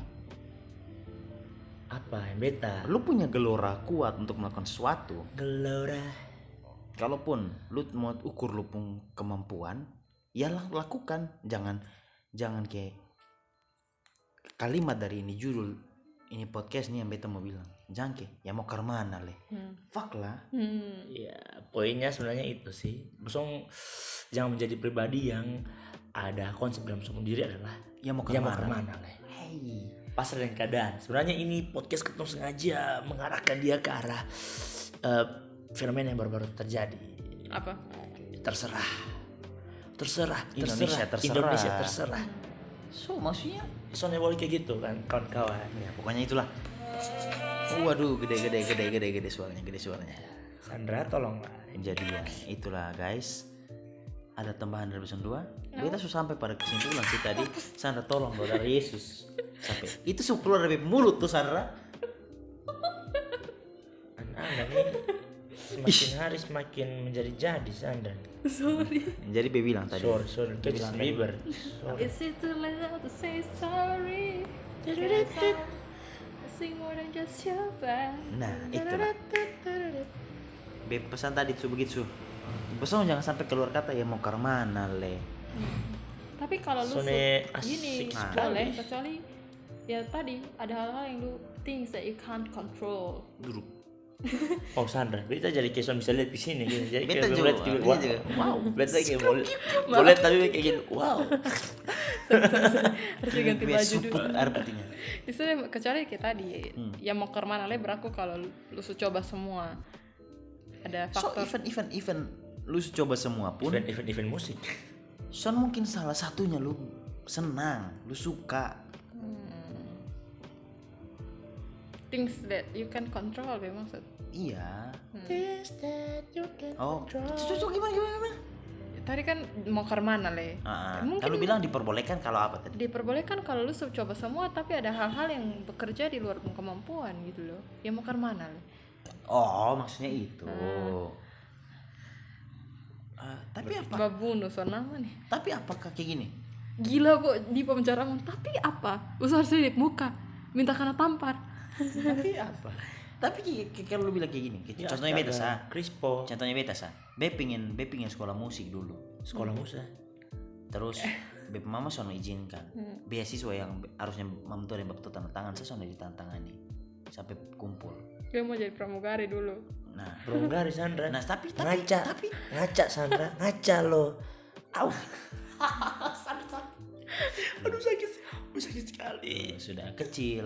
Apa yang beta? lu punya gelora kuat untuk melakukan sesuatu. Gelora. Kalaupun lu mau ukur lu pun kemampuan, ya lah, lakukan. Jangan jangan kayak kalimat dari ini judul ini podcast nih yang beta mau bilang. Jangan kayak ya mau ke mana leh. Hmm. Fuck lah. Hmm. Ya, poinnya sebenarnya itu sih. Bosong jangan menjadi pribadi yang ada konsep dalam semua diri adalah Ya mau ke ya mau mana. kemana leh. Hey, pasar dan keadaan. Sebenarnya ini podcast ketemu sengaja mengarahkan dia ke arah uh, fenomena yang baru-baru terjadi. Apa? Terserah, terserah, Indonesia terserah, terserah. Indonesia terserah. So maksudnya Soalnya boleh kayak gitu kan kawan-kawan. ya pokoknya itulah. Waduh, gede gede gede gede gede suaranya, gede suaranya. Sandra tolonglah. Jadi ya, itulah guys. Ada tambahan dari episode dua. Kita sudah sampai pada kesimpulan sih tadi. Sandra tolong doa dari Yesus. Sampai itu sudah keluar dari mulut tuh Sandra. Anda nih semakin hari semakin menjadi jadi Sandra. Sorry. Jadi Be bilang tadi. Sorry, sorry. Itu bilang Justin Bieber. Sorry. Is it too late to say sorry? Sing more than just your bad. Nah, itulah. Be pesan tadi tuh begitu. Pesan jangan sampai keluar kata ya mau ke mana le. Tapi kalau lu Soalnya su- gini asik boleh sekali. kecuali ya tadi ada hal-hal yang lu things that you can't control. Duduk. Oh Sandra, beta jadi kayak bisa lihat di sini gitu. Jadi Beta kayak juga, lihat gitu. beta Wow, juga. wow. Beta kayak boleh, boleh tapi kayak gitu. Wow. Harus ganti Biar baju dulu. suput air putihnya. Itu kecuali kayak tadi ya mau ke mana le beraku kalau lu, lu su coba semua. Ada So faktor event event event lu coba semua pun Event event event musik. Son mungkin salah satunya lu senang, lu suka. things that you can control ya maksud. Iya. Things that you can Oh, control. cocok gimana gimana gimana? Tadi kan mau ke mana le? Ah, Mungkin kalau bilang diperbolehkan kalau apa tadi? diperbolehkan kalau lu su- coba semua tapi ada hal-hal yang bekerja di luar kemampuan gitu loh. Ya mau ke mana le? Oh, maksudnya itu. Ah, tapi apa? Babunuh so nama nih. Tapi apakah kayak gini? Gila kok di pembicaraan tapi apa? Usaha selip muka minta karena tampar. Tapi apa? Tapi kayak- kayak kalau lu bilang kayak gini, kayak Ya, contohnya beta astaga. sa. Crispo. Contohnya beta sa. Be pingin, be pingin sekolah musik dulu. Sekolah musa. Terus be mama sono izinkan. Beasiswa yang be- harusnya mama tuh yang bapaknya tanda tangan, saya sono ditantangani sampai kumpul. Dia mau jadi pramugari dulu. Nah, Pramugari Sandra. nah tapi tapi ngaca. tapi Ngaca Sandra, ngaca lo. Au. Aduh sakit. Aduh sakit sekali. sudah kecil.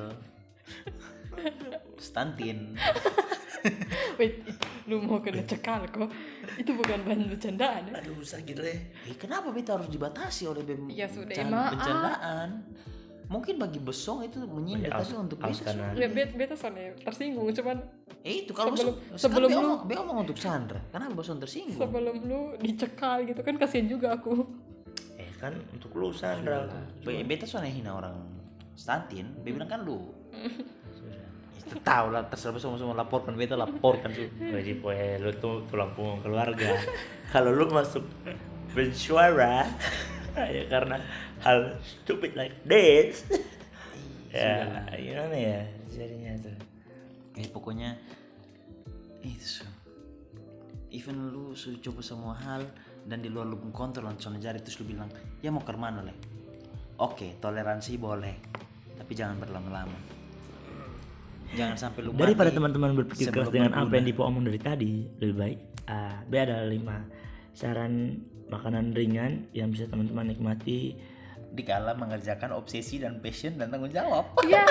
Stunting. Wait, lu mau kena cekal kok? Itu bukan bahan bercandaan ya? Aduh sakit le. Eh, kenapa beta harus dibatasi oleh bem Ya sudah, bercan- maaf. bercandaan? Mungkin bagi besong itu menyindir, Oh, ya, tapi aus- untuk aus beta kanan. Ya beta, beta soalnya tersinggung cuman eh itu kalau Sebelum- besong sebelum kan be lu- omong, be omong untuk Sandra. Kenapa besong tersinggung? sebelum lu dicekal gitu kan kasihan juga aku. Eh kan untuk lu Sandra. Be, beta soalnya hina orang stunting, be bilang kan lu. Itu tahu lah, terserah semua semua laporkan beta laporkan tuh. Jadi poe lu tuh tulang punggung keluarga. Kalau lu masuk bersuara ya karena hal stupid like this. Ya, gimana ya jadinya tuh. Eh pokoknya itu. Even lu sudah coba semua hal dan di luar lu pun kontrol langsung jari terus lu bilang ya mau ke mana le? Oke, toleransi boleh, tapi jangan berlama-lama. Jangan sampai lu Daripada mati teman-teman berpikir keras sebelum dengan berguna. apa yang Dipo omong dari tadi, lebih baik ah, B ada lima saran makanan ringan yang bisa teman-teman nikmati. dikala mengerjakan obsesi dan passion dan tanggung jawab. Ya.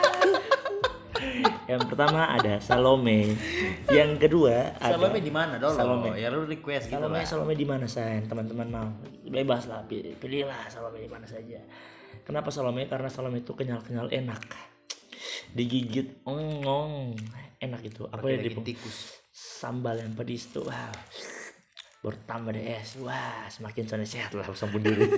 Yang pertama ada Salome. Yang kedua ada Salome di mana dulu? Salome. Ya lu request gitu Salome, lah. Salome di mana sayang? Teman-teman mau bebas lah, pilih, pilihlah Salome di mana saja. Kenapa Salome? Karena Salome itu kenyal-kenyal enak, digigit, ongong, enak itu. Apa ya Pakai di daging tikus. sambal yang pedis tuh, wow. Bertambah deh es, wah semakin soalnya sehat lah bersambung diri.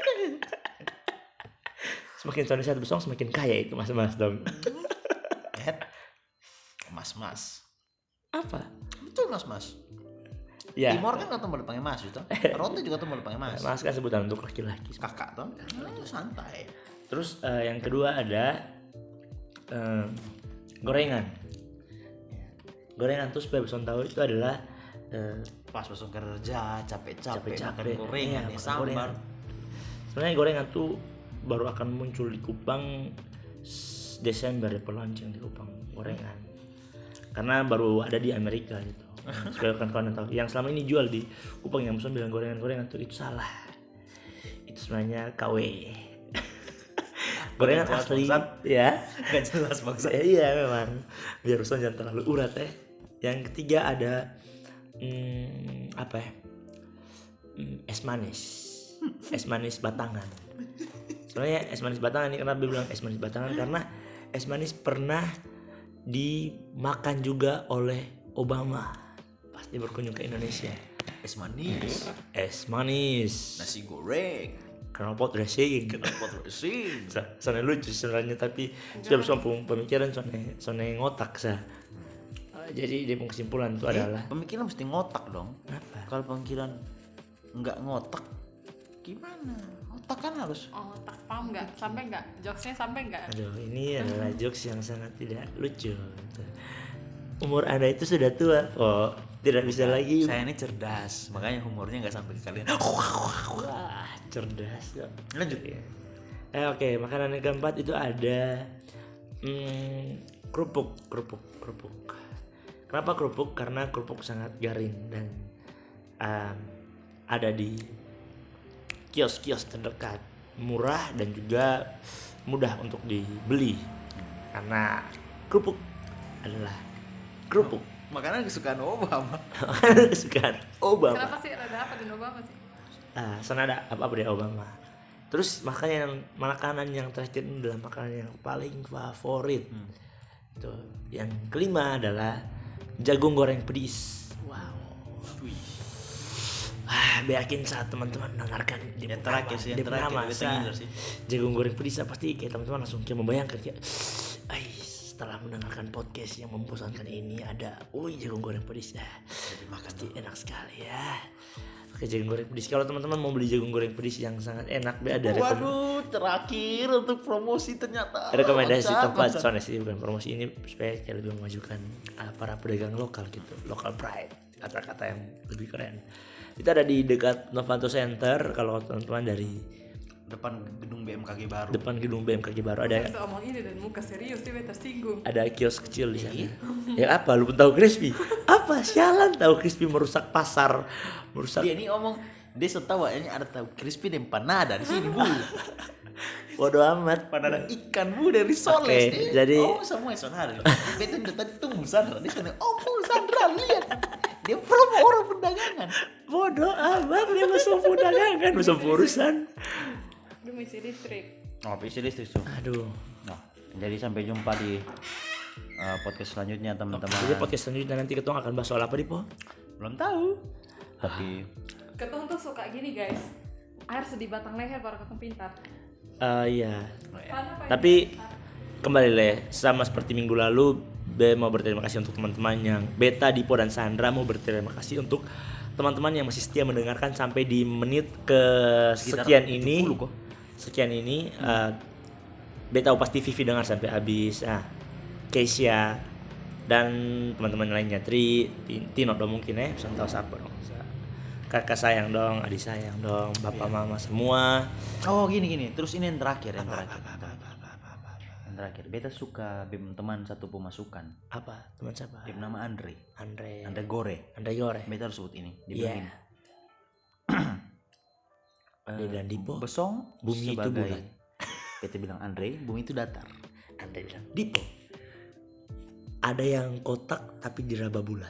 Semakin soalnya sehat bersong semakin kaya itu mas-mas dong. Eh, Mas-mas. Apa? Betul mas-mas. Ya, Timor kan kata boleh panggil mas itu. Roti juga tuh boleh panggil mas. mas kan sebutan untuk laki-laki. Kakak tuh. Nah, itu santai. Terus eh, yang kedua ada eh, gorengan. Gorengan tuh supaya bisa tahu itu adalah eh, Pas masuk kerja, capek-capek capek-capek makan gorengan, iya, ya, makan sambar. gorengan. Sebenarnya gorengan tuh baru akan muncul di Kupang s- Desember ya, launching di Kupang gorengan. Karena baru ada di Amerika gitu. Supaya kawan-kawan tahu. Yang selama ini jual di Kupang yang musuh bilang gorengan-gorengan tuh itu salah. Itu sebenarnya K W. Gorengan Jelas, asli bangsat. ya. Gak jelas bangsa. Ya, iya memang. Biar urusan jangan terlalu urat ya. Yang ketiga ada hmm, apa ya? Hmm, es manis. Es manis batangan. Sebenarnya es manis batangan ini kenapa bilang es manis batangan? Karena es manis pernah dimakan juga oleh Obama. Pasti berkunjung ke Indonesia. Es manis, Es manis. nasi goreng, Knalpot racing. knalpot racing. Sa- Soalnya lucu sebenarnya tapi sudah bersambung pemikiran soalnya soalnya ngotak sa. Uh, jadi dia kesimpulan itu adalah Pemikiran mesti ngotak dong. apa? Kalau pemikiran nggak ngotak, gimana? Otak kan harus. Oh, tak paham nggak? Sampai nggak? Jokesnya sampai nggak? Aduh, ini adalah jokes yang sangat tidak lucu. Gitu. Umur Anda itu sudah tua kok, tidak bisa lagi. Saya ini cerdas, makanya humornya nggak sampai ke kalian. Wah, cerdas kok. Lanjut. Ya. Eh, Oke, makanan yang keempat itu ada hmm, kerupuk, kerupuk, kerupuk. Kenapa kerupuk? Karena kerupuk sangat garing dan um, ada di kios-kios terdekat, murah dan juga mudah untuk dibeli. Karena kerupuk adalah kerupuk. Makanan kesukaan Obama. Kesukaan Obama. Kenapa sih ada apa di Obama sih? Ah, sana ada apa-apa dari Obama. Terus makanya yang makanan yang terakhir ini adalah makanan yang paling favorit. Hmm. Itu. Yang kelima adalah jagung goreng pedis. Wow. Ah, yakin saat teman-teman mendengarkan di Yang terakhir sih, yang di terakhir, pertama, lebih sa- tengil sih. jagung goreng pedis pasti kayak teman-teman langsung kayak membayangkan kayak, "Ai, setelah mendengarkan podcast yang membosankan ini ada, oh jagung goreng pedis dah. Pasti enak sekali ya." Oke, jagung goreng pedis. Kalau teman-teman mau beli jagung goreng pedis yang sangat enak, be ada rekom- Waduh, terakhir untuk promosi ternyata. rekomendasi Bangsat, tempat. bangsat. Soalnya sih bukan promosi ini supaya kayak lebih memajukan uh, para pedagang lokal gitu, local pride, kata-kata yang lebih keren. Kita ada di dekat Novanto Center. Kalau teman-teman dari Depan gedung B M K G baru. depan gedung B M K G baru ada Bisa omong ini dan muka serius dia tersinggung. ada kios kecil di sana. Ya apa? Lu pun tahu crispy? Apa? Sialan tahu crispy merusak pasar, merusak. Dia ini omong, dia setawa ini ada tahu crispy dan panada di sini, Bu. Bodoh amat. Panada ikan, Bu, dari Soles. Oke, Dia- jadi- oh, semua Sandra. Betul udah tadi tunggu Sandra di sana. Oh, Bu, Sandra lihat. Dia promo orang perdagangan. Bodoh amat dia masuk perdagangan, masuk urusan. Dia mau isi listrik. Oh, isi listrik tuh. Aduh. Nah, jadi sampai jumpa di uh, podcast selanjutnya, teman-teman. Jadi podcast selanjutnya nanti ketemu akan bahas soal apa nih, Po? Belum tahu. Tapi Ketong tuh suka gini guys. Air sedih batang leher baru ketong pintar. Eh iya. Karena apa Tapi kembali le, sama seperti minggu lalu, Be mau berterima kasih untuk teman-teman yang Beta, Dipo dan Sandra mau berterima kasih untuk teman-teman yang masih setia mendengarkan sampai di menit ke sekian ini. tujuh puluh kok. Sekian ini uh, Beta pasti Vivi dengar sampai habis. Ah, Keisha dan teman-teman lainnya, Tri, Tino dong mungkin ya, bisa tahu siapa dong. Kakak sayang dong, adik sayang dong, bapak mama semua. Oh, gini gini. Terus ini yang terakhir, yang Apa, terakhir. apa, apa, apa, apa, apa, apa. Yang terakhir. Beta suka bem teman satu pemasukan. Apa? Teman siapa? Dia nama Andre. Andre. Andre Gore. Andre Yore. Beta harus sebut ini. Dia Iya. bilang gini. Dia bilang Dipo, Besong bumi itu sebagai bulat. Beta bilang Andre, bumi itu datar. Andre bilang, Dipo, ada yang kotak tapi diraba bulat.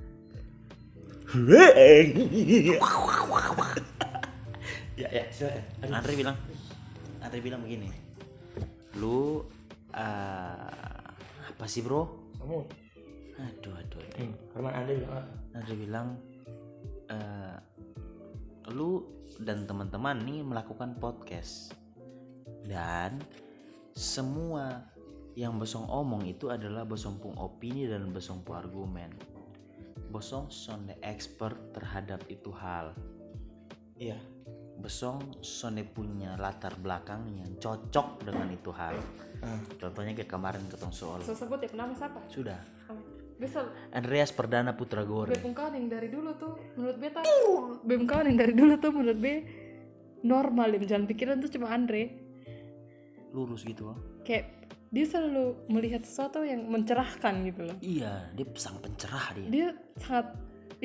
Ya ya silakan. Aduh. Andre bilang, Andre bilang begini. Lu uh, apa sih, Bro? Kamu, Aduh, aduh, aduh. hmm, Herman Andre bilang apa? Andre bilang, eh, lu dan teman-teman nih melakukan podcast dan semua yang Bosong omong itu adalah Bosong pung opini dan Bosong pung argumen. Bosong sonde expert terhadap itu hal. Iya. Bosong sonde punya latar belakang yang cocok dengan itu hal. Ah. Contohnya kayak kemarin ketong soal. So sebut ya nama siapa? Sudah. Oh, bisa Andreas Perdana Putra Gore. Bem kawan yang dari dulu tuh menurut beta Bem kawan yang dari dulu tuh menurut be normal ya, jalan pikiran tuh cuma Andre. Lurus gitu loh. Kayak dia selalu melihat sesuatu yang mencerahkan gitu loh. Iya, dia sang pencerah dia. Dia sangat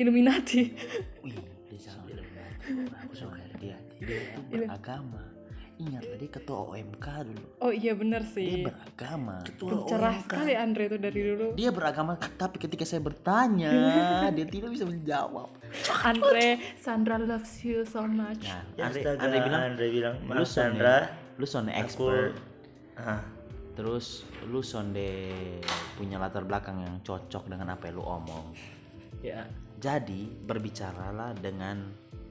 Illuminati. Wih, dia sangat Illuminati. Aku suka dia. Dia itu beragama. Ingat dia ketua O M K dulu. Oh iya benar Dia sih. beragama. Cerah sekali Andre itu dari dulu. Dia beragama, tapi ketika saya bertanya, dia tidak bisa menjawab. Andre, Sandra loves you so much. Nah, Ya, Andre, astaga, Andre bilang, Andre bilang, lu maaf sonde, Sandra, lu sonde aku expert. ah, Terus lu sonde punya latar belakang yang cocok dengan apa yang lu omong. ya Jadi berbicaralah dengan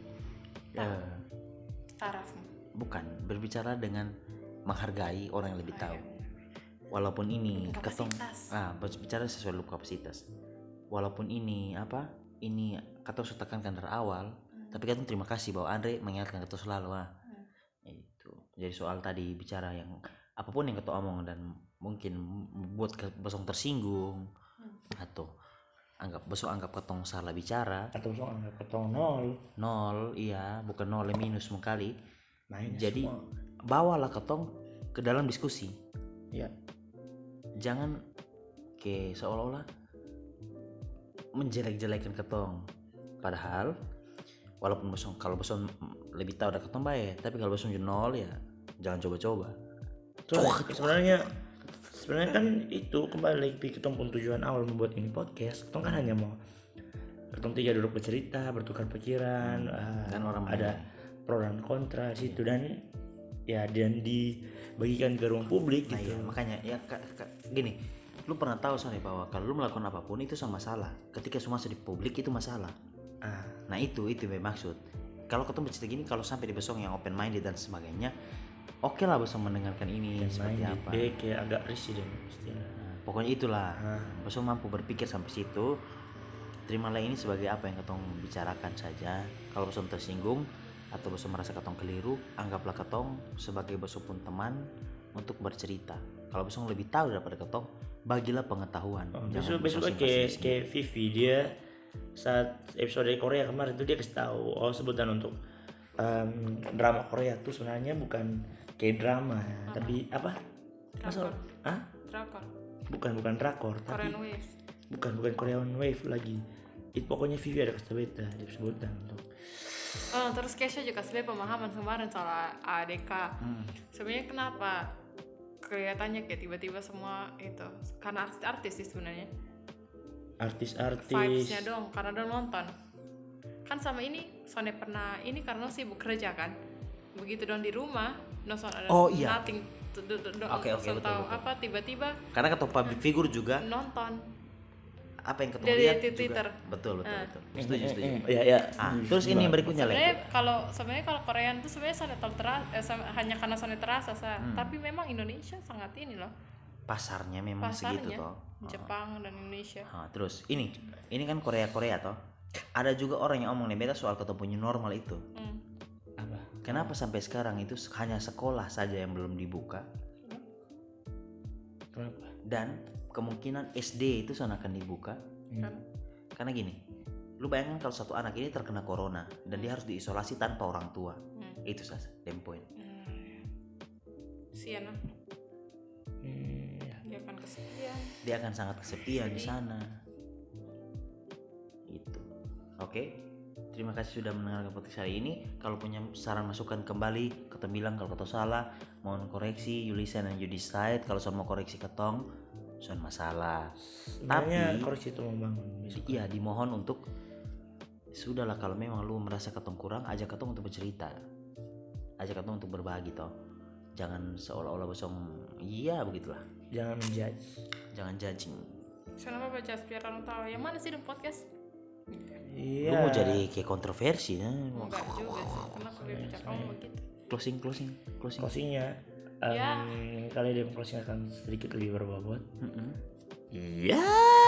eh, Tarafmu. bukan berbicara dengan menghargai orang yang lebih tahu. Walaupun ini ketong ah berbicara sesuai lu kapasitas. Walaupun ini apa? Ini kata sudah tekankan dari awal, hmm. tapi kan terima kasih bahwa Andre mengingatkan kata selalu ah. Hmm. Itu. Jadi soal tadi bicara yang apapun yang kata omong dan mungkin membuat besok tersinggung hmm. atau anggap besok anggap ketong salah bicara atau soal anggap ketong nol. Nol, iya, bukan nol minus sekali. Main Jadi semua. bawalah ketong ke dalam diskusi. Ya. Jangan ke seolah-olah menjelek-jelekan ketong. Padahal walaupun besok kalau besok lebih tahu dari ketong baik, tapi kalau besok nol ya jangan coba-coba. Tuh, sebenarnya sebenarnya kan itu kembali lagi ke ketong pun tujuan awal membuat ini podcast. Ketong kan hanya mau ketong tiga duduk bercerita, bertukar pikiran, hmm. Dan uh, orang ada pro dan kontra situ dan ya dan dibagikan ke ruang publik Nah, gitu. iya, makanya ya ka, ka, gini, lu pernah tahu soalnya bahwa kalau lu melakukan apapun itu sama masalah. Ketika semua masuk di publik itu masalah. Ah, Nah itu itu yang maksud. Kalau ketemu bercerita gini, kalau sampai di besok yang open minded dan sebagainya, oke okay lah besok mendengarkan ini dan seperti main apa. dia kayak agak risih dan istilah. Nah, pokoknya itulah. Ah. Besok mampu berpikir sampai situ. Terimalah ini sebagai apa yang ketong bicarakan saja. Kalau besok tersinggung atau besok merasa ketong keliru, anggaplah ketong sebagai besok pun teman untuk bercerita. Kalau besok lebih tahu daripada ketong, bagilah pengetahuan. Oh, Jangan besok besok besok kayak simpan kayak Vivi dia saat episode Korea kemarin tuh dia kasih tahu oh sebutan untuk um, drama Korea tuh sebenarnya bukan kayak drama apa? tapi apa? Masalah? Ah? Drakor. Bukan bukan drakor tapi Korean Wave. bukan bukan Korean Wave lagi. Itu pokoknya Vivi ada kasih beta dia sebutan untuk Oh, terus Kesha juga sebenarnya pemahaman kemarin soal A D K. Hmm. Sebenarnya kenapa kelihatannya kayak tiba-tiba semua itu karena artis-artis sih sebenarnya. artis-artis. Vibes-nya dong karena udah nonton. Kan sama ini Sone pernah ini karena sibuk kerja kan. Begitu dong di rumah, nonton ada Oh, iya. nothing. Oke, oke, betul, tahu betul. apa tiba-tiba Karena ketong public figure juga nonton. apa yang ketemu Dari lihat di Twitter. juga betul betul Ah. betul setuju setuju Iya ya. ah, terus ini yang berikutnya Sebenarnya lagi kalau sebenarnya kalau Korean tuh sebenarnya Sone terasa eh, sama- hanya karena Sone terasa sa. Hmm. Tapi memang Indonesia sangat ini loh. pasarnya memang segitu Pasarnya toh Ah. Jepang dan Indonesia. Ah, terus ini ini kan Korea Korea toh ada juga orang yang omong beda soal ketemu new normal itu Hmm. Apa? kenapa sampai sekarang itu hanya sekolah saja yang belum dibuka Kenapa? dan kemungkinan S D itu sana akan dibuka Kan? karena gini lu bayangkan kalau satu anak ini terkena corona dan dia harus diisolasi tanpa orang tua Hmm. itu saja dem point Hmm. Sian lah. Hmm, ya. Dia akan kesepian. dia akan sangat kesepian di sana itu oke terima kasih sudah mendengarkan podcast hari ini kalau punya saran masukan kembali ketong bilang kalau ketong salah mohon koreksi you listen and you decide kalau soal mau koreksi ketong soal masalah Sebenarnya Tapi- koreksi itu membangun. besok. iya dimohon untuk sudahlah kalau memang lu merasa ketong kurang ajak ketong untuk bercerita ajak ketong untuk berbagi toh jangan seolah-olah bosong iya begitulah Jangan menjudge. jangan judging Kenapa baca biar orang tahu yang mana sih di podcast? Iya. lu mau jadi kayak kontroversi ya Enggak juga sih. Kenapa dia baca kamu begitu? closing closing closing closingnya um, Ya. kali dia closing akan sedikit lebih berbobot. Mm-mm. Iya.